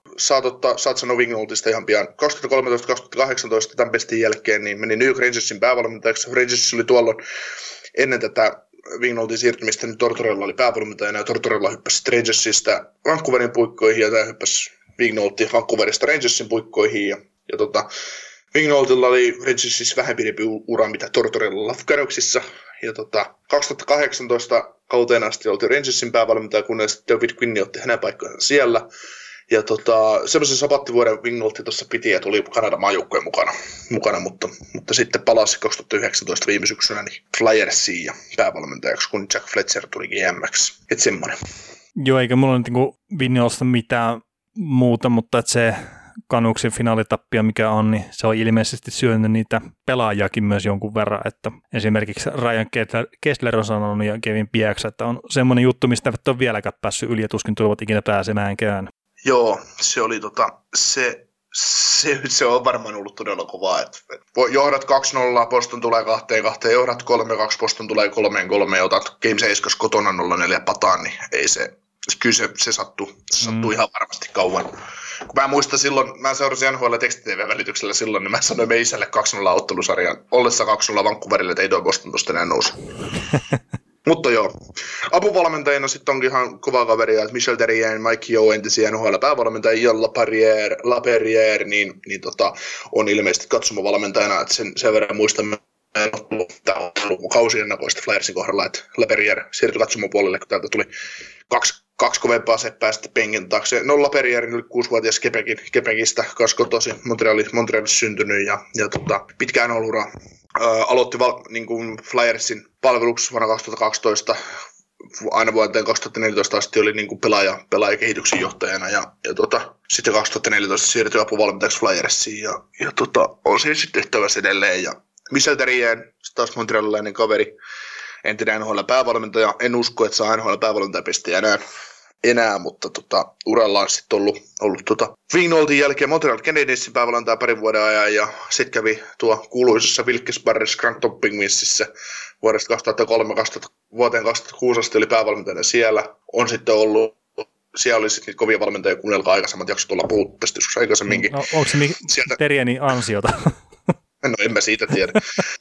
saat sanoa Wignoltista ihan pian. 2013-2018 tämän pestin jälkeen niin meni New York Rangersin päävalmentajaksi. Rangers oli tuolloin ennen tätä Wignoltin siirtymistä, niin Tortorella oli päävalmentajana ja Tortorella hyppäsi Rangersista Vancouverin puikkoihin ja tämä hyppäsi Wignolti Vancouverista Rangersin puikkoihin ja Wignoltilla oli Rangersissa vähän pidempi ura mitä Tortorellalla Canucksissa ja 2018 kauteen asti oltiin Rangersin päävalmentaja, kunnes David Quinn otti hänen paikkansa siellä. Ja semmoisen sapattivuoden Wignolt tuossa piti ja tuli Kanadan maajoukkojen mukana mutta sitten palasi 2019 viime syksynä niin Flyersiin ja päävalmentajaksi, kun Jack Fletcher tuli GM:ksi. Että semmoinen. Joo, eikä mulla nyt niin Wignoltista mitään muuta, mutta että se Canucksin finaalitappio, mikä on, niin se on ilmeisesti syönyt niitä pelaajakin myös jonkun verran, että esimerkiksi Ryan Kessler on sanonut ja Kevin Pieksa, että on semmoinen juttu, mistä et ole vieläkään päässyt yli ja tuskin tulevat ikinä pääsemäänkään. Joo, se oli se on varmaan ollut todella kovaa, että johdat 2-0, Boston tulee 2-2, johdat 3-2, Boston tulee 3-3 ja otat Game 7 kotona 0-4 pataan, niin ei kyllä se sattui ihan varmasti kauan. Kun mä muistan silloin, mä seurasin NHL teksti-TV-välityksellä silloin, niin mä sanoin me isälle 2-0 ottelusarjan, ollessa 2-0 Vancouverille, että ei tuo Boston tuosta enää nousu. Mutta joo, apuvalmentajina sitten onkin ihan kovaa kaveria, että Michel Therrien, Mike Yeo, entisiä NHL-päävalmentajia, ja Laperriere niin on ilmeisesti katsomavalmentajana, että sen verran muistamme, että on ollut kausien nakoista Flyersin kohdalla, että Laperriere siirtyi katsomapuolelle, kun täältä tuli kaksi kovempaa seppää sitten penkin taakse. No Laperrierin yli 6-vuotias Quebecistä, kanssa kotosi Montrealissa syntynyt ja pitkään ollut ura. Aloitti niin kuin Flyersin palveluksessa vuonna 2012, aina vuoteen 2014 asti oli niin kuin pelaajakehityksen johtajana ja sitten 2014 siirtyi apuvalmentajaksi Flyersiin ja on siinä sitten tehtävässä edelleen. Ja Michel Therrien, taas montrealilainen kaveri, entinen NHL-päävalmentaja. En usko, että saa NHL-päävalmentajapistiä enää, mutta uralla on sitten ollut Wignoltin jälkeen Montreal Canadiensin päävalmentaja parin vuoden ajan ja sitten kävi tuo kuuluisessa Wilkes-Barre Scranton Penguinsissä vuodesta 2003 vuoteen 2006 asti oli päävalmentajana siellä. On sitten ollut, siellä oli sitten kovia valmentajia, kuunnelkaa aikaisemmat jaksot olla puhuttu tästä joskus aikaisemminkin. No, onko se Therrienin ansiota? No en mä siitä tiedä.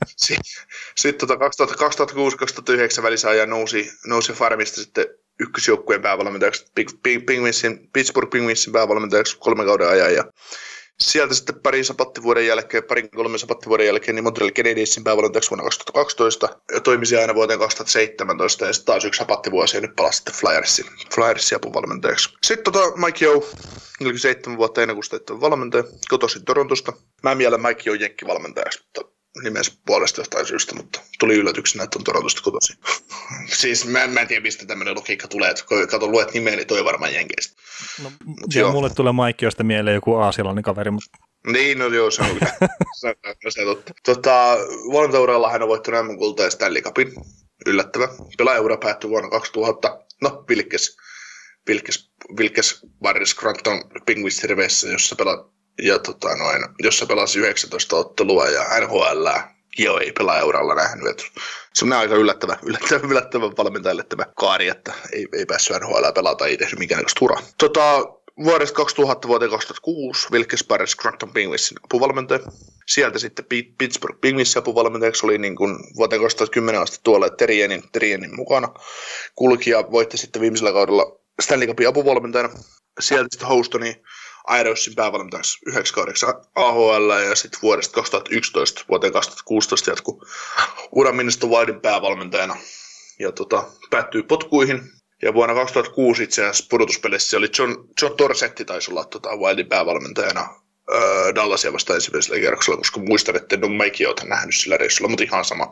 Sitten 2006-2009 välisajan nousi Farmista sitten ykkösjoukkueen päävalmentajaksi Pittsburgh Penguinsin päävalmentajaksi 3 kauden ajan ja sieltä sitten parin kolmen sapattivuoden jälkeen niin Montreal Canadiensin päävalmentajaksi vuonna 2012 ja toimisi aina vuoteen 2017 ja sitten taas yksi sapattivuosi ja nyt palasi sitten Flyersin apuvalmentajaksi. Sitten Mike Yeo, 47 vuotta ennen kuin valmentaja, kotoisin Torontosta. Mä mielen Mike Yeo jenkkivalmentajaksi, mutta nimensä puolesta jostain syystä, mutta tuli yllätyksenä, että on Torontosta kotoisin. Siis mä en tiedä, mistä tämmöinen logiikka tulee, että kun luet nimeä, niin toi varmaan jenkeistä. No, mulle tulee Mike Yosta mieleen joku aasialainen kaveri, mutta... Niin, no joo, se on se totta. Valmentajauralla hän on voittanut MM-kultaa ja Stanley Cupin. Yllättävä. Pelaajaura päättyi vuonna 2000. No, Wilkes-Barre Scranton Penguins riveissä, jossa pelasi 19 ottelua ja NHL:ää. Joo, ei pelaajauralla nähnyt. Se on aika yllättävä valmentajalle tämä kaari, että ei päässyt NHL:ää pelata, ei tehnyt minkäännäköistä uraa. Vuodesta 2000 vuoteen 2006 Wilkes-Barre Scranton Penguinsin apuvalmentaja. Sieltä sitten Pittsburgh Penguinsin apuvalmentajaksi oli niin kuin vuoteen 2010 asti tuolle Therrienin mukana. Kulki ja voitti sitten viimeisellä kaudella Stanley Cupin apuvalmentajana. Sieltä sitten Houstonin Ironsin päävalmentajaksi 9 kaudeksi AHL ja sitten vuodesta 2011 vuoteen 2016 jatkui uran Minnesota Wildin päävalmentajana ja päättyi potkuihin. Ja vuonna 2006 itse asiassa pudotuspelissä oli John Torsetti taisi olla Wildin päävalmentajana Dallasia vastaan ensimmäisellä kierroksella, koska muistan, että en ole Mike Yeota nähnyt sillä reissulla, mutta ihan sama.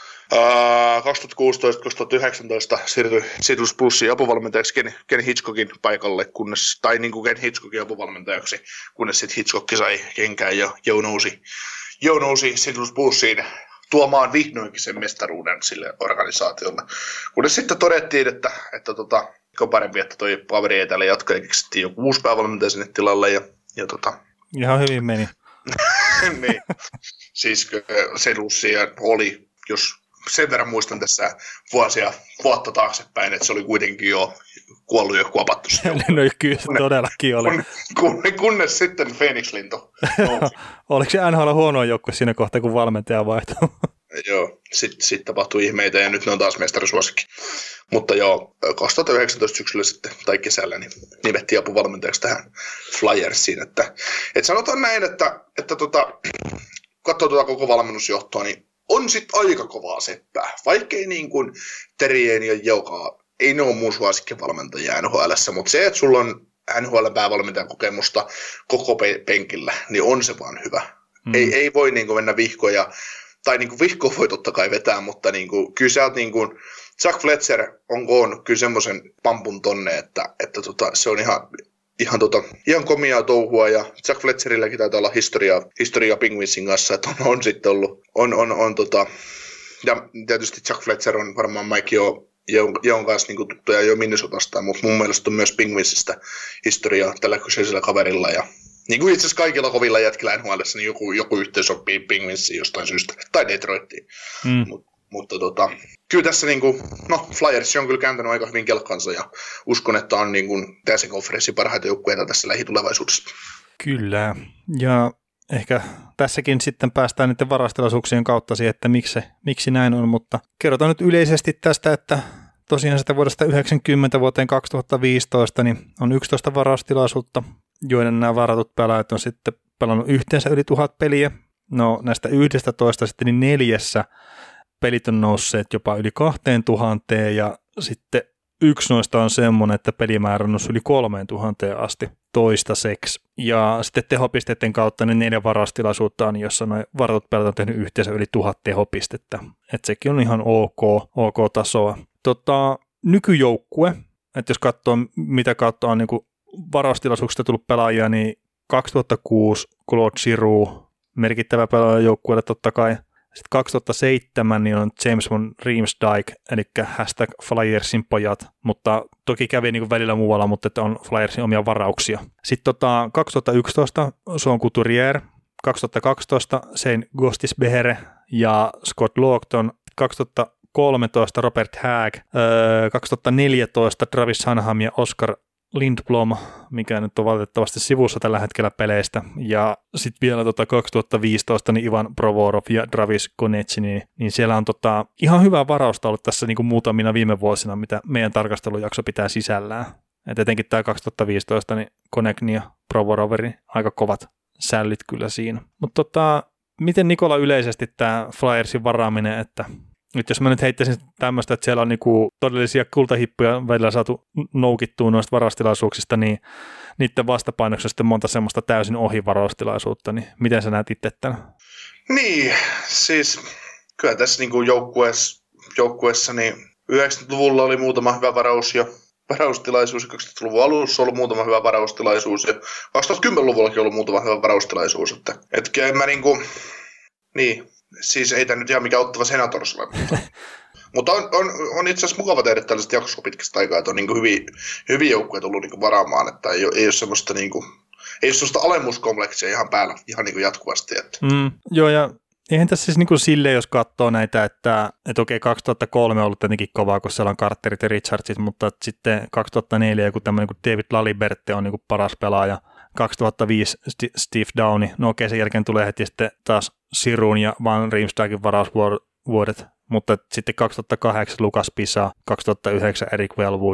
2016-2019 siirtyi Plussin apuvalmentajaksi Ken Hitchcockin paikalle, niin kuin Ken Hitchcockin apuvalmentajaksi, kunnes sitten Hitchcock sai kenkään ja Joe nousi St. Plussiin tuomaan vihdoinkin sen mestaruuden sille organisaatiolle. Kunnes sitten todettiin, että on parempi, että toi kaveri ei täällä jatka ja keksittiin joku uusi päävalmentaja sinne tilalle. Ihan hyvin meni. Niin. Siis Sedussia oli, jos sen verran muistan tässä vuotta taaksepäin, että se oli kuitenkin jo kuollut ja kuopattu. No kyllä se todellakin oli. Kunnes sitten Phoenix-lintu nousi. Oliko se NHL huono joukkue siinä kohtaa, kun valmentaja vaihtui? Joo, sitten tapahtui ihmeitä ja nyt ne on taas mestarisuosikki. Mutta joo, 2019 syksyllä sitten tai kesällä niin nimettiin apuvalmentajaksi tähän Flyersiin. Että sanotaan näin, että katsoo tuota koko valmennusjohtoa, niin on sitten aika kovaa seppää. Vaikkei niin kuin Terrien ja Jeukaa, ei ne ole mun suosikkivalmentajia NHL:ssä, mutta se, että sulla on NHL-päävalmentajan kokemusta koko penkillä, niin on se vaan hyvä. Ei voi niin kuin mennä vihkoja, tai niin kuin vihkoa voi totta kai vetää, mutta niin kuin, kyllä sä oot niin kuin, Chuck Fletcher on koonnut kyllä semmoisen pampun tonne, että se on ihan komiaa touhua, ja Chuck Fletcherilläkin taitaa olla historiaa Penguinsin kanssa, että on sitten ollut, ja tietysti Chuck Fletcher on varmaan Mike Jeon kanssa niin tuttuja jo Minnesotasta, mutta mun mielestä on myös Penguinsista historiaa tällä kyseisellä kaverilla, ja niin kuin itse asiassa kaikilla kovilla jätkillä NHL:ssä, niin joku yhteys sopii Penguinsiin jostain syystä, tai Detroittiin. Mutta kyllä tässä Flyers on kyllä kääntänyt aika hyvin kelkkansa ja uskon, että on tässä konferenssin parhaita joukkueita tässä lähitulevaisuudessa. Kyllä, ja ehkä tässäkin sitten päästään niiden varastilaisuuksien kautta siihen, että miksi näin on, mutta kerrotaan nyt yleisesti tästä, että tosiaan sitä vuodesta 1990 vuoteen 2015 niin on 11 varastilaisuutta, joiden nämä varatut pelaajat on sitten pelannut yhteensä yli 1000 peliä. No näistä 11 sitten niin 4 pelit on nousseet jopa yli 2000 ja sitten yksi noista on semmoinen, että pelimäärä on noussut yli 3000 asti toistaiseksi. Ja sitten tehopisteiden kautta ne 4 varastilaisuutta on, jossa nuo varatut pelaajat on tehnyt yhteensä yli 1000 tehopistettä. Että sekin on ihan ok tasoa. Nykyjoukkue, että jos katsoo mitä kautta on niin varastilaisuuksista tullut pelaajia, niin 2006 Claude Giroux, merkittävä pelaaja joukkueelle totta kai. Sitten 2007 niin on James von Riemsdyk, eli #Flyersin pojat, mutta toki kävi niin kuin välillä muualla, mutta että on Flyersin omia varauksia. Sitten 2011 Sean Couturier, 2012 Shane Gostisbehere ja Scott Laughton, 2013 Robert Hagg, 2014 Travis Sanham ja Oscar Lindblom, mikä nyt on valitettavasti sivussa tällä hetkellä peleistä, ja sitten vielä 2015 niin Ivan Provorov ja Travis Konecny, niin siellä on ihan hyvää varausta ollut tässä niin kuin muutamina viime vuosina, mitä meidän tarkastelujakso pitää sisällään. Et etenkin tämä 2015, niin Konecny ja Provoroveri aika kovat sällit kyllä siinä. Mutta miten Nikola yleisesti tämä Flyersin varaaminen, että nyt jos mä nyt heittäisin tämmöistä, että siellä on niinku todellisia kultahippuja välillä saatu noukittua noista varastilaisuuksista, niin niiden vastapainoksessa sitten monta semmoista täysin ohi varastilaisuutta, niin miten sä näet itse tämän? Niin, siis kyllä tässä niinku joukkueessa niin 90-luvulla oli muutama hyvä varaustilaisuus ja 2000-luvun alussa ollut muutama hyvä varaustilaisuus ja 2010-luvullakin ollut muutama hyvä varaustilaisuus, että en mä niin. Siis ei tämä nyt ihan mikä Ottava Senators ole, mutta on itse asiassa mukava tehdä tällaista jaksoa pitkästä aikaa, että on niin hyviä joukkueita tullut niin varaamaan, että ei ole semmoista, ei ole semmoista alemmuuskompleksia ihan päällä ihan niin jatkuvasti. Että. Joo, ja eihän tässä siis niin silleen, jos katsoo näitä, että okei, 2003 on ollut tietenkin kovaa, kun siellä on Carterit ja Richardsit, mutta sitten 2004 joku tämmöinen kuin David Laliberte on niin paras pelaaja, 2005 Steve Downie, no okei, sen jälkeen tulee heti sitten taas Sirun ja Van Riemsdykin varausvuodet, mutta sitten 2008 Lukas Pisa, 2009 Eric Wellwood,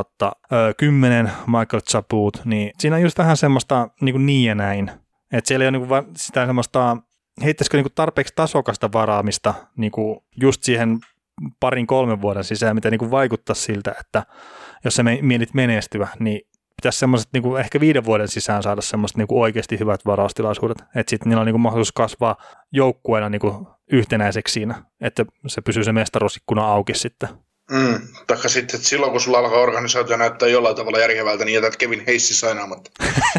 2010 Michael Chaput, niin siinä on just vähän semmoista niin ja näin, että siellä ei ole niin sitä semmoista, heittäisikö niin tarpeeksi tasokasta varaamista niin just siihen 2-3 vuoden sisään, mitä niin vaikuttaa siltä, että jos sä mietit menestyä, niin pitäisi semmoiset niin ehkä 5 vuoden sisään saada semmoiset niin oikeasti hyvät varaustilaisuudet, että sitten niillä on niin mahdollisuus kasvaa joukkueena niin yhtenäiseksi siinä, että se pysyy se mestaruusikkuna auki sitten. Taikka sitten, että silloin kun sulla alkaa organisaatio näyttää jollain tavalla järkevältä, niin jätät Kevin Hayes sainaamatta.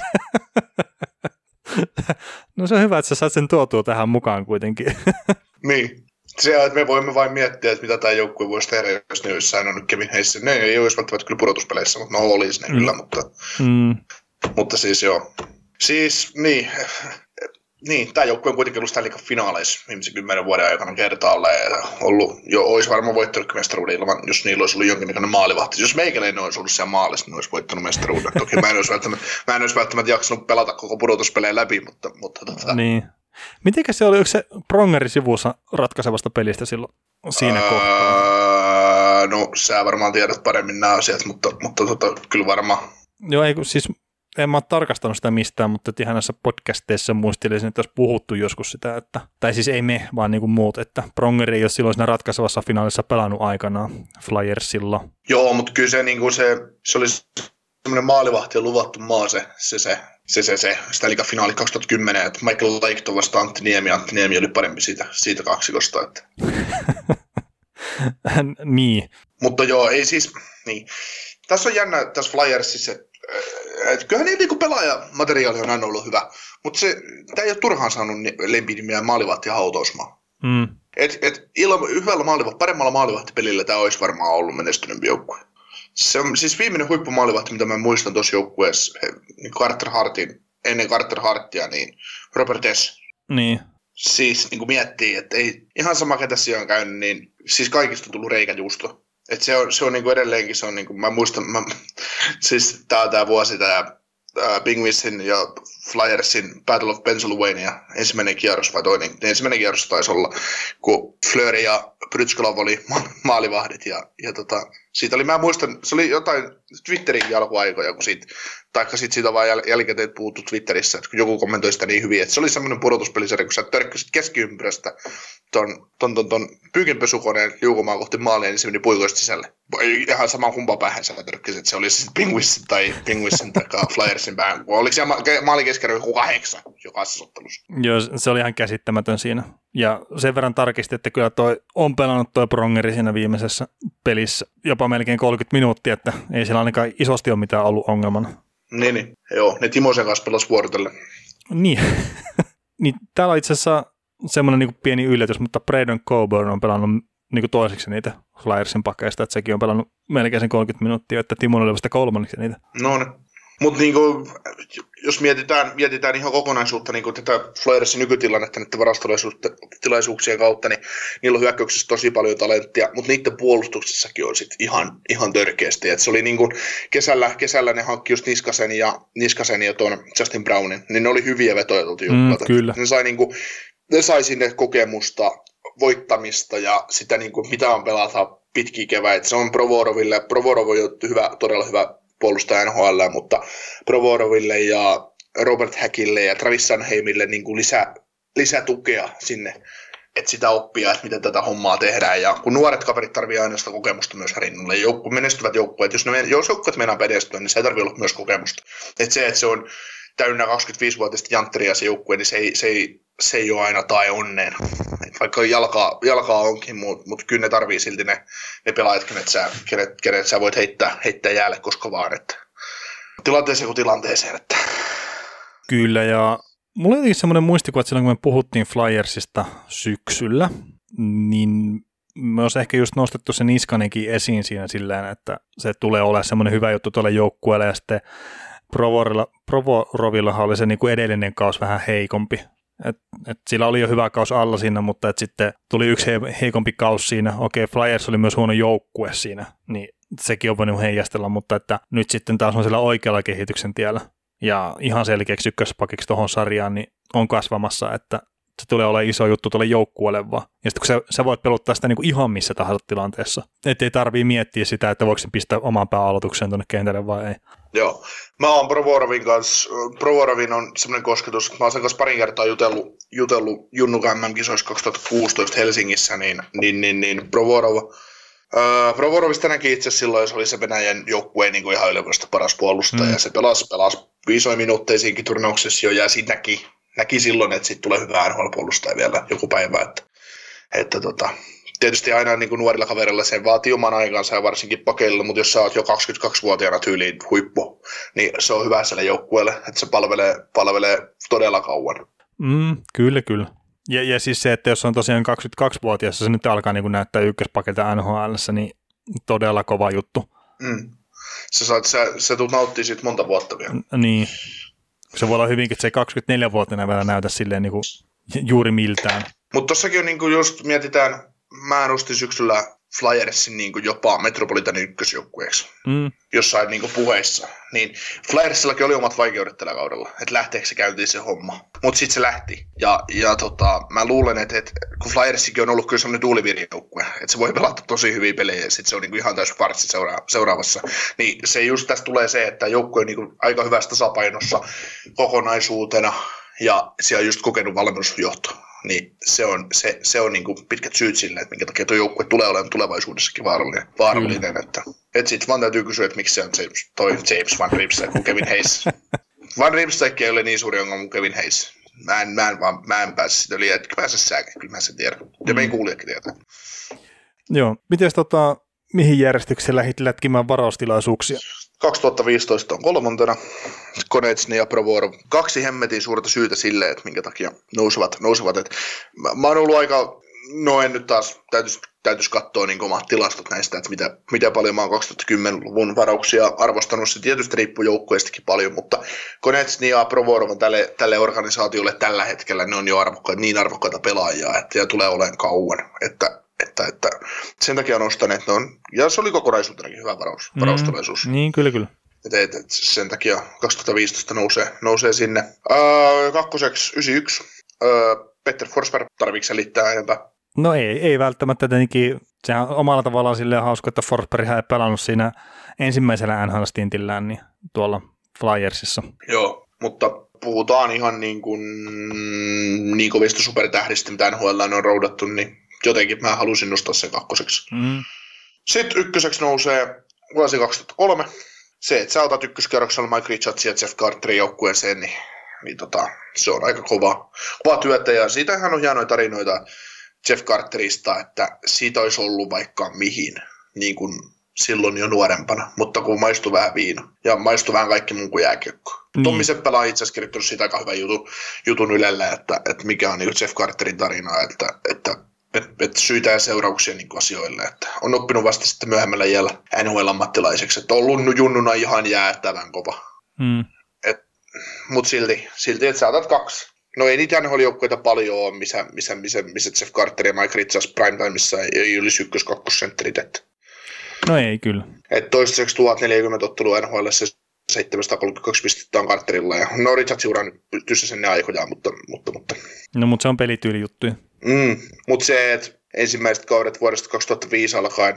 No se on hyvä, että sä saat sen tuotua tähän mukaan kuitenkin. Niin. Se, että me voimme vain miettiä, että mitä tämä joukkue voisi tehdä, jos ne olisi saanut Kevin Hayes. Ne ei olisi välttämättä kyllä pudotuspeleissä, mutta no olisi ne kyllä, mutta siis joo. Siis niin, Niin, tämä joukkue on kuitenkin ollut Stanley Cup-finaaleissa viimeisen 10 vuoden aikana kertaalleen ja ollut jo, olisi varmaan voittanut mestaruuden ilman, jos niillä olisi ollut jonkinlainen maalivahti. Jos meikäläinen olisi ollut siellä maalissa, niin olisi voittanut mestaruuden. Toki mä en olisi välttämättä jaksanut pelata koko pudotuspelejä läpi, mutta Niin. Mitenkä se oli, oliko se Prongeri sivussa ratkaisevasta pelistä silloin siinä kohtaa? No, sä varmaan tiedät paremmin nämä asiat, mutta kyllä varmaan. Joo, siis en mä ole tarkastanut sitä mistään, mutta ihan näissä podcasteissa muistelisin, että olisi puhuttu joskus sitä, että, tai siis ei me, vaan niin kuin muut, että Prongeri ei ole silloin siinä ratkaisevassa finaalissa pelannut aikanaan Flyersilla. Joo, mutta kyllä se, niin kuin se oli semmoinen maalivahti ja luvattu maa se Stanley Cup finaali 2010, että Michael Lake vasta Antti Niemi oli parempi siitä kaksikosta. Että. Niin. Mutta joo, ei siis, niin. Tässä on jännä tässä Flyersissa, että kyllähän niin kuin pelaajamateriaali on aina ollut hyvä, mutta tämä ei ole turhaan saanut lempinimiä maalivahti ja hautausmaa. Hyvällä paremmalla maalivahtipelillä tämä olisi varmaan ollut menestyneempi joukkue. Se on siis viimeinen huippumaalivahti, mitä mä muistan tuossa joukkueessa, niin ennen Carter Hartia, niin Robert S. Niin. Siis niin kuin miettii, että ei ihan sama ketä siellä on käynyt, niin siis kaikista on tullut reikäjuusto. Että se on niin kuin edelleenkin, se on niin kuin, mä muistan, siis tämä vuosi tämä Penguinsin ja Flyersin Battle of Pennsylvania, ensimmäinen kierros vai toinen, ensimmäinen kierros taisi olla, kun Fleury ja Brytskylov oli maalivahdit ja siitä oli, mä muistan, se oli jotain Twitterin jalkuaikoja, kun siitä vaan jälkikäteen puhuttu Twitterissä, että kun joku kommentoi sitä niin hyvin, että se oli semmoinen pudotuspelisarja, kun sä törkkäsit keskiympyrästä ton pyykinpesukoneen liukumaan kohti maalia, niin se meni puikoista sisälle. Ihan sama kumpa päähän sä törkkäsit, että se oli sitten Penguinsin tai Flyersin päähän. Oliko siellä maalin keskellä joku 8 jokaisessa ottelussa? Joo, se oli ihan käsittämätön siinä. Ja sen verran tarkistin, että kyllä on pelannut toi Prongeri siinä viimeisessä pelissä jopa melkein 30 minuuttia, että ei siellä ainakaan isosti ole mitään ollut ongelmana. Niin. Joo, ne Timosen kanssa pelasi vuorotellen. Niin. Niin täällä on itse asiassa semmoinen niin pieni yllätys, mutta Braden Coburn on pelannut niin toiseksi niitä Flyersin pakeista, että sekin on pelannut melkein sen 30 minuuttia, että Timon oli vasta kolmanneksi niitä. No ne. Mutta niinku, jos mietitään ihan kokonaisuutta niinku tätä Flyersin nykytilannetta näiden varastotilaisuuksien kautta, niin niillä on hyökkäyksessä tosi paljon talenttia, mutta niiden puolustuksessakin on sit ihan törkeästi. Et se oli niinku kesällä ne hankki just Niskasen ja tuon Justin Brownin, niin ne oli hyviä vetoja tuolta joukkueelta. Kyllä. Ne sai sinne kokemusta, voittamista ja sitä niinku, mitä on pelata pitkiä keväitä. Se on Provorov on todella hyvä puolustaa NHL, mutta Provoroville ja Robert Hackille ja Travis Sanheimille niin kuin lisätukea sinne, että sitä oppia, että miten tätä hommaa tehdään. Ja kun nuoret kaverit tarvitsevat aina sitä kokemusta myös rinnalle. Menestyvät joukkueet, jos joukkueet meinaa menestyä, niin se ei tarvitse olla myös kokemusta. Että se on täynnä 25-vuotiaista jantteria se joukkue, niin se ei ole aina tae onneen. Vaikka jalkaa onkin, mutta kyllä ne tarvii silti ne pelaajat, kenet sä voit heittää jäälle koska vaan. Että tilanteeseen kuin tilanteeseen. Että. Kyllä, ja mulla oli semmoinen muistikuva, että silloin kun me puhuttiin Flyersista syksyllä, niin me olisi ehkä just nostettu se Niskanenkin esiin siinä sillään, että se tulee olemaan semmoinen hyvä juttu tuolle joukkueelle, ja sitten Provorovillahan oli se niin kuin edellinen kaus vähän heikompi. Et sillä oli jo hyvä kaus alla siinä, mutta sitten tuli yksi heikompi kaus siinä. Okei, Flyers oli myös huono joukkue siinä, niin sekin on voinut heijastella, mutta että nyt sitten taas on siellä oikealla kehityksen tiellä. Ja ihan selkeäksi ykköspakiksi tuohon sarjaan niin on kasvamassa, että se tulee olemaan iso juttu tuolle joukkueelle vaan. Ja sitten kun sä voit peluttaa sitä niin kuin ihan missä tahansa tilanteessa. Että ei tarvii miettiä sitä, että voiko se pistää oman pääaloitukseen tuonne kentälle vai ei. Joo. Mä oon Provorovin kanssa. Provorovin on semmoinen kosketus. Mä oon sen kanssa parin kertaa jutellut Junnukan MM-kisoissa 2016 Helsingissä, niin Provorovista näki itse silloin, se oli se Venäjän joukkueen niin ihan yleisesti paras puolustaja. Ja se pelasi isoja minuutteja siinäkin turnauksessa jo, ja siitä näki silloin, että siitä tulee hyvä NHL-puolustaja vielä joku päivä. Että tietysti aina niin kuin nuorilla kaverilla se vaatii oman aikansa ja varsinkin pakeilla, mutta jos sä oot jo 22-vuotiaana tyyliin huippu, niin se on hyvä siellä joukkueelle, että se palvelee todella kauan. Kyllä. Ja siis se, että jos on tosiaan 22-vuotias, se nyt alkaa niin kuin näyttää ykköspakilta NHL:ssä, niin todella kova juttu. Sä tulet nauttia siitä monta vuotta vielä. Niin. Se voi olla hyvinkin, että se 24-vuotiaana vielä näytä silleen niin kuin juuri miltään. Mutta tossakin on niin kuin just mietitään, mä nostin syksyllä Flyersin niin kuin jopa Metropolitanin ykkösjoukkueeksi jossain niin kuin puheissa. Niin Flyersillakin oli omat vaikeudet tällä kaudella, että lähteekö se käyntiin se homma. Mutta sitten se lähti. Ja mä luulen, että kun Flyersikin on ollut kyllä sellainen tuulivirjoukkue, että se voi pelata tosi hyviä pelejä ja sitten se on niin kuin ihan täysin kvartsi seuraavassa. Niin se just tästä tulee se, että joukkue on niin kuin aika hyvässä tasapainossa kokonaisuutena ja siellä on just kokenut valmennusjohto. Niin se on niin kuin pitkät syyt sille, että minkä takia tuo joukkue tulee olemaan tulevaisuudessakin vaarallinen. Että sitten vaan täytyy kysyä, että miksi se on James Van Riemsdyk kuin Kevin Hayes. Van Riemsdyk ei ole niin suuri ongelma kuin Kevin Hayes. Mä en pääse sitä yli, etkä pääse säkin, kyllä mä sen tiedän. Ja meidän kuulijakin tietää. Joo, mites mihin järjestykseen lähdit lätkimään varaustilaisuuksia? 2015 on kolmantena, Konecny ja Provorov. 2 hemmetin suurta syytä sille, että minkä takia nousevat. Et mä oon ollut aika, en nyt taas täytyisi katsoa niin omat tilastot näistä, että mitä paljon mä oon 2010-luvun varauksia arvostanut. Se tietysti riippuu joukkueestakin paljon, mutta Konecny ja Provorov on tälle organisaatiolle tällä hetkellä, ne on jo niin arvokkaita pelaajia, että tulee olemaan kauan, että sen takia nostan, että ne on, ja se oli kokonaisuutenakin hyvä varaustilaisuus. Niin, kyllä. Et sen takia 2015 nousee sinne. Kakkoseksi 91, Peter Forsberg, tarviiko selittää enempää? No ei välttämättä tietenkin. Sehän on omalla tavallaan silleen hauska, että Forsberg ei pelannut siinä ensimmäisellä NHL-stintillään niin tuolla Flyersissa. Joo, mutta puhutaan ihan niin kovista supertähdistä, mitä NHL on roudattu, niin jotenkin mä halusin nostaa sen kakkoseksi. Sitten ykköseksi nousee vuosi 2003. Se, että sä otat ykköskerroksella Mike Richardsin ja Jeff Carterin joukkueeseen, niin se on aika kova työtä. Ja siitähän on hienoja tarinoita Jeff Carterista, että siitä olisi ollut vaikka mihin, niin kuin silloin jo nuorempana, mutta kun maistui vähän viina ja maistui vähän kaikki muu kuin jääkiekko. Tommi Seppälä on itse asiassa kirjoittanut siitä aika hyvän jutun Ylellä, että mikä on niin Jeff Carterin tarina, että syitä ja seurauksia niin asioille, että on oppinut vasta sitten myöhemmällä iällä NHL-ammattilaiseksi, että on ollut junnuna ihan jäätävän kova. Mutta silti, että sä otat 2. No ei niitä NHL-joukkueita paljon ole, missä Jeff Carter ja Mike Richards primetimeissa ei olisi ykkös-kakkosentterit. No ei kyllä. Että toistaiseksi 1040 ottelua NHL:ssä 732 pistettä on Carterilla, ja no Richardsin uran tyssä sen ne aikoja, mutta. No mutta se on pelityylijuttuja. Mutta se, että ensimmäiset kaudet vuodesta 2005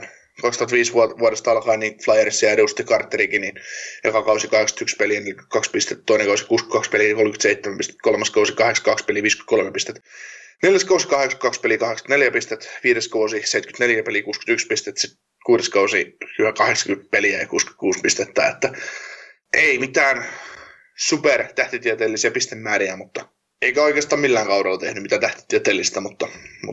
vuodesta alkaen, niin Flyersia edusti Carterikin, niin joka kausi 81 peliä, niin 2 pistettä, toinen kausi 62 peliä, 37 pistettä, kolmas kausi 82 peliä, 53 pistettä, neljäs kausi 82 peliä, 84 pistettä, viides kausi 74 peliä, 61 pistettä, sitten kuudes kausi 80 peliä ja 66 pistettä, että ei mitään super tähtitieteellisiä pistemääriä, mutta eikä oikeastaan millään kaudella tehnyt mitään tähtitieteellistä, mutta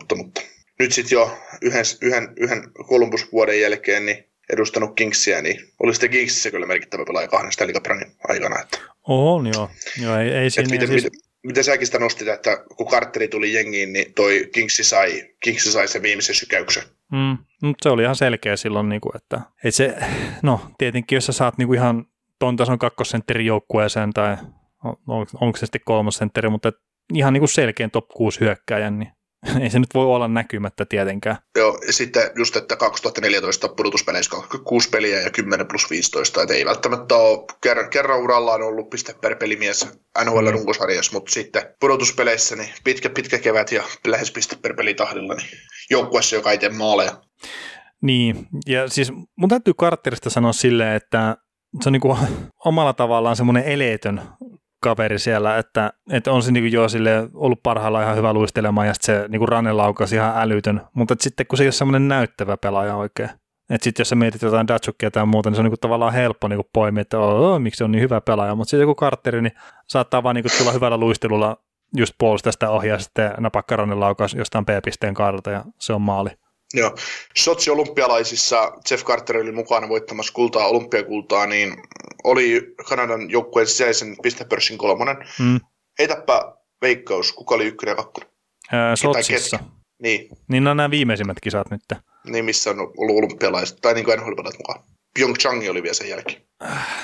nyt sitten jo yhden Columbus-vuoden jälkeen niin edustanut Kingsia, niin oli sitten Kingsissä kyllä merkittävä pelaaja 2 Stanley Cup-ranin aikana. Että. On joo. Ei siinä miten säkin sitä nostit, että kun Carteri tuli jengiin, niin toi Kingsi sai sen viimeisen sykäyksen. Mutta se oli ihan selkeä silloin, että se, no tietenkin jos sä saat niinku ihan ton tason kakkosentterin joukkueeseen tai onko se sitten kolmosentteri, mutta ihan niinku selkeän top 6 hyökkääjän, niin ei se nyt voi olla näkymättä tietenkään. Joo, ja sitten just, että 2014 pudotuspeleissä 6 peliä ja 10 plus 15, että ei välttämättä ole kerran urallaan ollut piste per pelimies NHL-runkosarjassa, mutta sitten pudotuspeleissä niin pitkä kevät ja lähes piste per pelitahdilla, niin joukkueessa, joka ei tee maaleja. Niin, ja siis mun täytyy Carterista sanoa silleen, että se on niinku omalla tavallaan semmoinen eleetön kaveri siellä, että on se niinku jo ollut parhaillaan ihan hyvä luistelemaan ja sitten se niinku rannelaukas ihan älytön, mutta sitten kun se ei ole semmoinen näyttävä pelaaja oikein, että sitten jos sä mietit jotain Datsukia tai muuta, niin se on niinku tavallaan helppo niinku poimia, että miksi se on niin hyvä pelaaja, mutta sitten joku Carteri, niin saattaa vaan niinku tulla hyvällä luistelulla just puolustajasta ohi ja sitten napakka rannelaukas jostain B-pisteen kaarta ja se on maali. Joo. Sotsi-olympialaisissa Jeff Carter oli mukana voittamassa olympiakultaa, niin oli Kanadan joukkueen sisäisen pistepörssin 3. Heitäpä veikkaus, kuka oli 1 ja 2? Sotsissa. Niin on nämä viimeisimmät kisat nyt. Niin, missä on ollut olympialaiset, tai niin kuin NHL-pelat mukaan. Pyeongchang oli vielä sen jälkeen.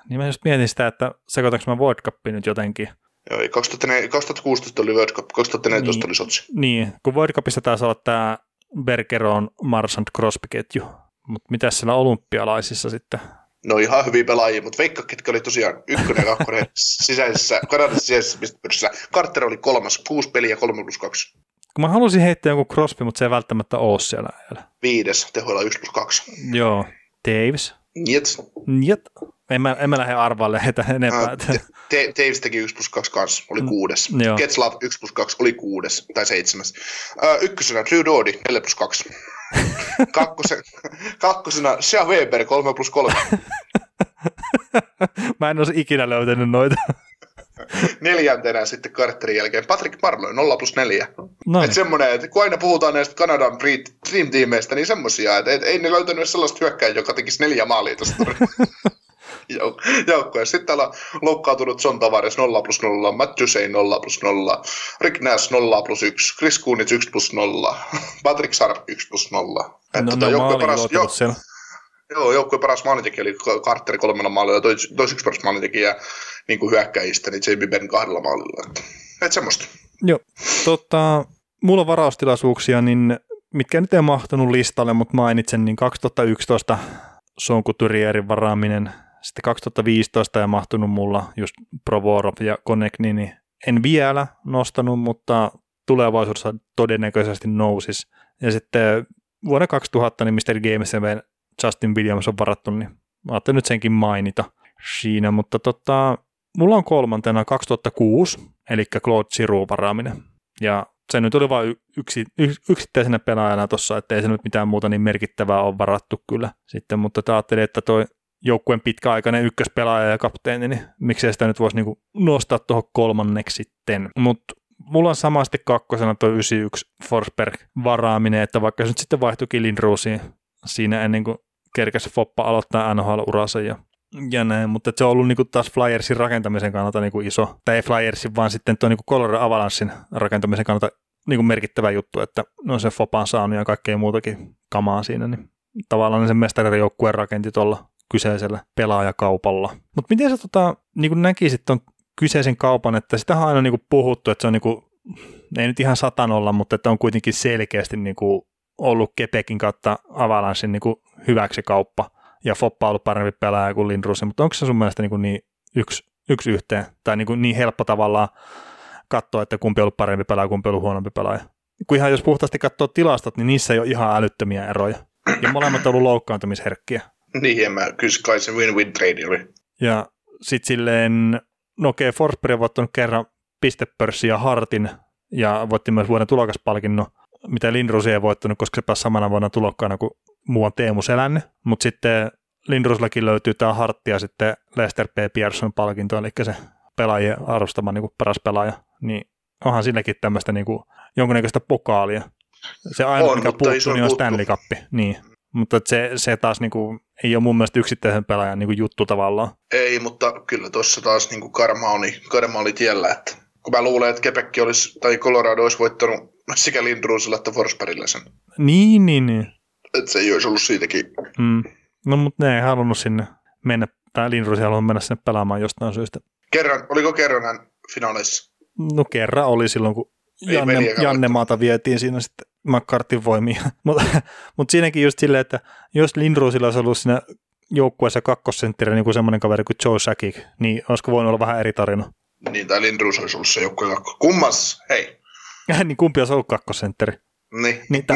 Niin mä just mietin sitä, että sekoitanko mä World Cupin nyt jotenkin. Joo, 2016 oli World Cup, 2014 oli Sotsi. Niin, kun World Cupissa taisi olla tämä Bergeron Marsand Crosby-ketju, mutta mitäs siellä olympialaisissa sitten? No ihan hyviä pelaajia, mutta Veikka, ketkä oli tosiaan 1 ja 2 Kanadan sisäisessä pistepörssissä. Carter oli 3, 6 peliä 3+2. Kun mä halusin heittää jonkun Crosby, mutta se ei välttämättä ole siellä. 5, tehoilla 1+2. Joo, Taves. Jet. En mä lähde arvaalle heitä enempää. Taves teki 1+2 kanssa, oli 6. Getzlav 1+2 oli 6 tai 7. Ykkösenä Drew Doughty 4+2. Kakkosena Shea Weber 3+3. Mä en olisi ikinä löytänyt noita. 4. sitten Carterin jälkeen Patrick Marleau 0+4. No. Että semmoinen, että kun aina puhutaan näistä Kanadan Dream-tiimeistä, niin semmoisia, että ei ne löytänyt sellaista hyökkääjää, joka tekisi 4 maalia tuosta joukkoja. Sitten täällä on loukkaantunut John Tavares 0+0, Matt Duchene 0+0, Rick Nash 0+1, Chris Kunitz 1+0, Patrick Sarp 1+0. Joukkueen paras maalintekijä oli Carter 3 maalilla, toiseksi paras maalintekijä niin kuin hyökkäjistä, niin Jamie Benn 2 maalilla. Että semmoista. Joo, mulla on varaustilaisuuksia, niin mitkä nyt ei mahtunut listalle, mutta mainitsen, niin 2011 Sean Couturierin varaaminen, sitten 2015 ei mahtunut mulla just Provorov ja Konechny, niin en vielä nostanut, mutta tulevaisuudessa todennäköisesti nousisi. Ja sitten vuonna 2000 niin Mr. Game 7 Justin Williams on varattu, niin mä ajattelin nyt senkin mainita siinä, mutta mulla on 3. 2006, eli Claude Giroux varaaminen. Ja se nyt oli vain yksittäisenä pelaajana tuossa, ettei se nyt mitään muuta niin merkittävää ole varattu kyllä sitten, mutta ajattelin, että toi joukkueen pitkäaikainen ykköspelaaja ja kapteeni, niin miksei sitä nyt voisi niinku nostaa tuohon 3. sitten. Mutta mulla on samasti 2. tuo 91 Forsberg varaaminen, että vaikka se nyt sitten vaihtuikin Lindroosiin siinä ennen kuin kerkäsi Foppa aloittaa NHL-uransa ja näin, mutta se on ollut niinku taas Flyersin rakentamisen kannalta niinku iso, tai ei Flyersin, vaan sitten tuo niinku Colorado Avalanchein rakentamisen kannalta niinku merkittävä juttu, että on se Fopan saanut ja kaikkea muutakin kamaa siinä, niin tavallaan sen mestarijoukkueen rakenti tuolla kyseisellä pelaajakaupalla. Mutta miten sä niinku näkisit tuon kyseisen kaupan, että sitä on aina niinku puhuttu, että se on niinku, ei nyt ihan 100 olla, mutta että on kuitenkin selkeästi niinku ollut Quebecin kautta Avalanchein niinku hyväksi kauppa, ja Foppa on ollut parempi pelaaja kuin Lindros, mutta onko se sun mielestä niin yksi yhteen, tai niin helppo tavallaan katsoa, että kumpi on ollut parempi pelaaja, kumpi on ollut huonompi pelaaja? Kun ihan jos puhtaasti katsoo tilastot, niin niissä ei ole ihan älyttömiä eroja, ja molemmat on ollut loukkaantumisherkkiä. Niin, kyllä kai se win-win trade oli. Ja sitten silleen, no okei, Forsberg on voittanut kerran pistepörssin ja Hartin, ja voitti myös vuoden tulokaspalkinnon, mitä Lindros ei voittanut, koska se pääsi samana vuonna tulokkaana kuin muu on Teemu Selänne, mutta sitten Lindroslakin löytyy tämä Hartti ja sitten Lester P. Pearson palkinto, eli se pelaajien arvostama niin paras pelaaja, niin onhan silläkin tämmöistä niin jonkunnäköistä pokaalia. Se aina, mikä puuttuu, niin on Stanley Cup, niin. Mutta se taas niin kuin, ei ole mun mielestä yksittäisen pelaajan niin kuin juttu tavallaan. Ei, mutta kyllä tuossa taas niin kuin karma oli tiellä, että kun mä luulen, että Quebec olisi, tai Colorado olisi voittanut sekä Lindrosilla että Forsbergillä sen. Niin. Että se ei olisi ollut siitäkin. No, mutta ne ei halunnut sinne mennä, tai Lindros ei halunnut mennä sinne pelaamaan jostain syystä. Oliko kerran finaaleissa? No kerran oli silloin, kun Janne Maata vietiin siinä sitten McCartin voimia. Mutta siinäkin just silleen, että jos Lindrosilla olisi ollut siinä joukkueessa kakkosentteri niin kuin semmoinen kaveri kuin Joe Sakic, niin olisiko voinut olla vähän eri tarina? Niin, tai Lindros olisi ollut se joukkueen kummas, hei. Niin kumpi olisi ollut kakkosentteri? Niin.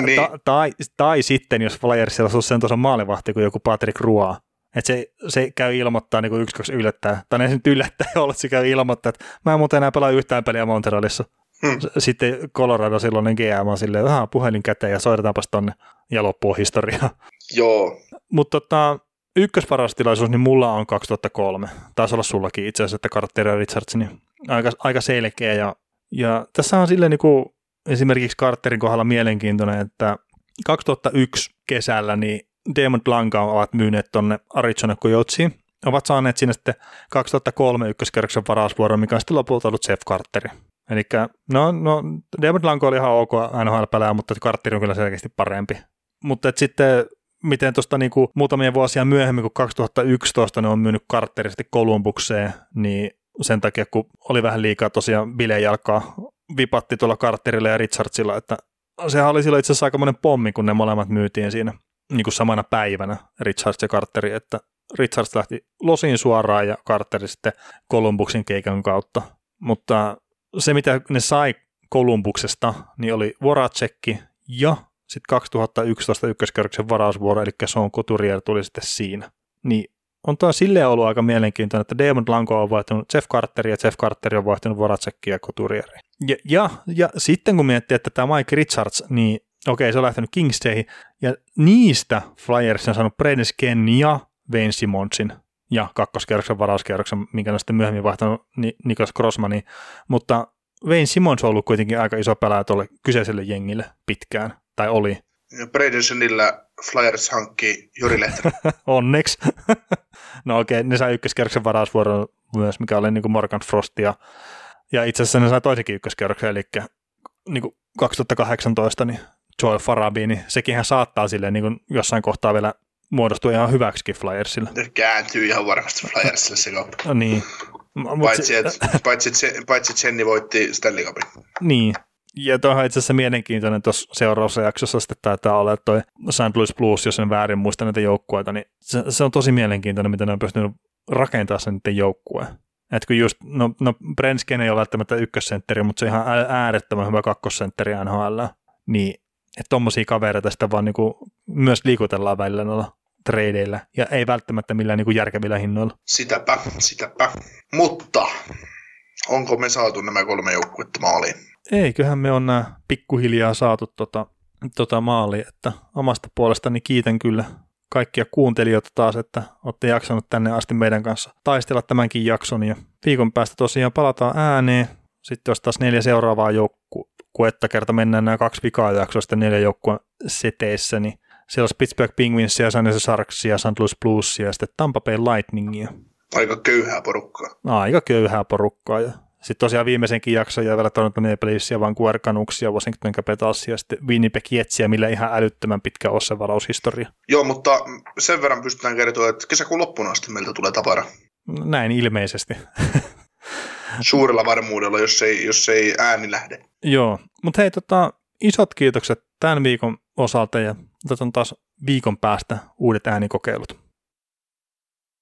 Tai sitten, jos Flyersilla olisi ollut sen tuossa maalivahti kuin joku Patrick Roy, että se käy ilmoittaa niin kuin 1-2 yllättää, tai ei se nyt yllättää olla, että se käy ilmoittaa, että mä en muuten enää pelaa yhtään peliä Montrealissa. Sitten Colorado silloinen GM on silleen, puhelin käteen ja soitetaanpas tonne, ja loppuu historiaa. Joo. Mutta ykkösparastilaisuus, niin mulla on 2003. Taisi olla sullakin itse asiassa, että Carter ja Richards, niin aika selkeä. Ja tässä on silleen niin kuin esimerkiksi Carterin kohdalla mielenkiintoinen, että 2001 kesällä niin Damon Blanca ovat myyneet tuonne Arizona Coyotesiin. Ovat saaneet siinä sitten 2003 ykköskerroksen varausvuoron, mikä on sitten lopulta ollut Jeff Carteri. Eli no Damon Blanca oli ihan ok NHL-pelaaja, mutta Carteri on kyllä selkeästi parempi. Mutta sitten miten tuosta niinku muutamia vuosia myöhemmin, kun 2011 ne on myynyt Carteristi Columbukseen, niin sen takia, kun oli vähän liikaa tosiaan bilejalkaa, vipatti tuolla Carterilla ja Richardsilla, että sehän oli silloin itse asiassa aikamoinen pommi, kun ne molemmat myytiin siinä niin kuin samana päivänä, Richards ja Carteri, että Richards lähti losiin suoraan ja Carteri sitten Columbuksen keikan kautta, mutta se mitä ne sai Columbuksesta, niin oli Voracekki ja sitten 2011 ykköskierroksen varausvuoro, eli Sean Couturier tuli sitten siinä. Niin on taas silleen ollut aika mielenkiintoinen, että Damon Blanco on vaihtunut Jeff Carteria ja Jeff Carter on vaihtunut Voracekkia ja Couturieriin. Ja sitten kun miettii, että tämä Mike Richards, niin okei, se on lähtenyt Kingsteihin, ja niistä Flyers on saanut Brayden Schenn ja Wayne Simonsin ja kakkoskierroksen varauskierroksen, minkä on sitten myöhemmin vaihtanut Niklas Grossmaniin, mutta Wayne Simons on ollut kuitenkin aika iso pelaaja tuolle kyseiselle jengille pitkään, tai oli. Brayden Schennillä Flyers hankki Jori Lehtonen. Onneksi. No okei, ne sai ykköskierroksen varausvuoron myös, mikä oli niin kuin Morgan Frost, ja itse asiassa ne sai toisenkin ykköskierroksen, eli niin kuin 2018, niin Joel Farabee, niin sekinhän saattaa silleen niin kuin jossain kohtaa vielä muodostua ihan hyväksikin Flyersille. Kääntyy ihan varmasti Flyersille se kauppa. No niin. Paitsi Jenni voitti Stanley Cupin. Niin. Ja tuohan itse asiassa mielenkiintoinen tuossa seuraavassa jaksossa sitten taitaa olla toi St. Louis Blues, jos en väärin muista näitä joukkueita, niin se on tosi mielenkiintoinen, miten ne on pystynyt rakentamaan sen niiden joukkueen. Että kun just, no Brent Schenn ei ole välttämättä ykkössentteri, mutta se on ihan äärettömän hyvä kakkosentteri NHL, niin että tommosia kavereita sitä vaan niinku myös liikutellaan välillä noilla tradeilla, ja ei välttämättä millään niinku järkevillä hinnoilla. Sitäpä. Mutta onko me saatu nämä 3 joukkuetta maaliin? Eiköhän me on nämä pikkuhiljaa saatu maaliin, että omasta puolestani kiitän kyllä kaikkia kuuntelijoita taas, että olette jaksanut tänne asti meidän kanssa taistella tämänkin jakson, ja viikon päästä tosiaan palataan ääneen, sitten jos taas 4 seuraavaa joukkuetta kerta mennään nämä 2 vikaa jaksoa sitten 4 joukkueen seteissä, niin siellä olisi Pittsburgh Penguinsia, San Jose Sharksia, St. Louis Bluesia ja sitten Tampa Bay Lightningia. Aika köyhää porukkaa. Aika köyhää porukkaa, ja sitten tosiaan viimeisenkin jakson ja vielä Toronto Maple Leafsia, Vancouver Canucksia, Washington Capitalsia ja sitten Winnipeg Jetsia, millä ihan älyttömän pitkä ole se varaushistoria. Joo, mutta sen verran pystytään kertoa, että kesäkuun loppuun asti meiltä tulee tavara. Näin ilmeisesti. Suurella varmuudella, jos ei ääni lähde. Joo, mutta hei, isot kiitokset tämän viikon osalta ja otetaan taas viikon päästä uudet äänikokeilut.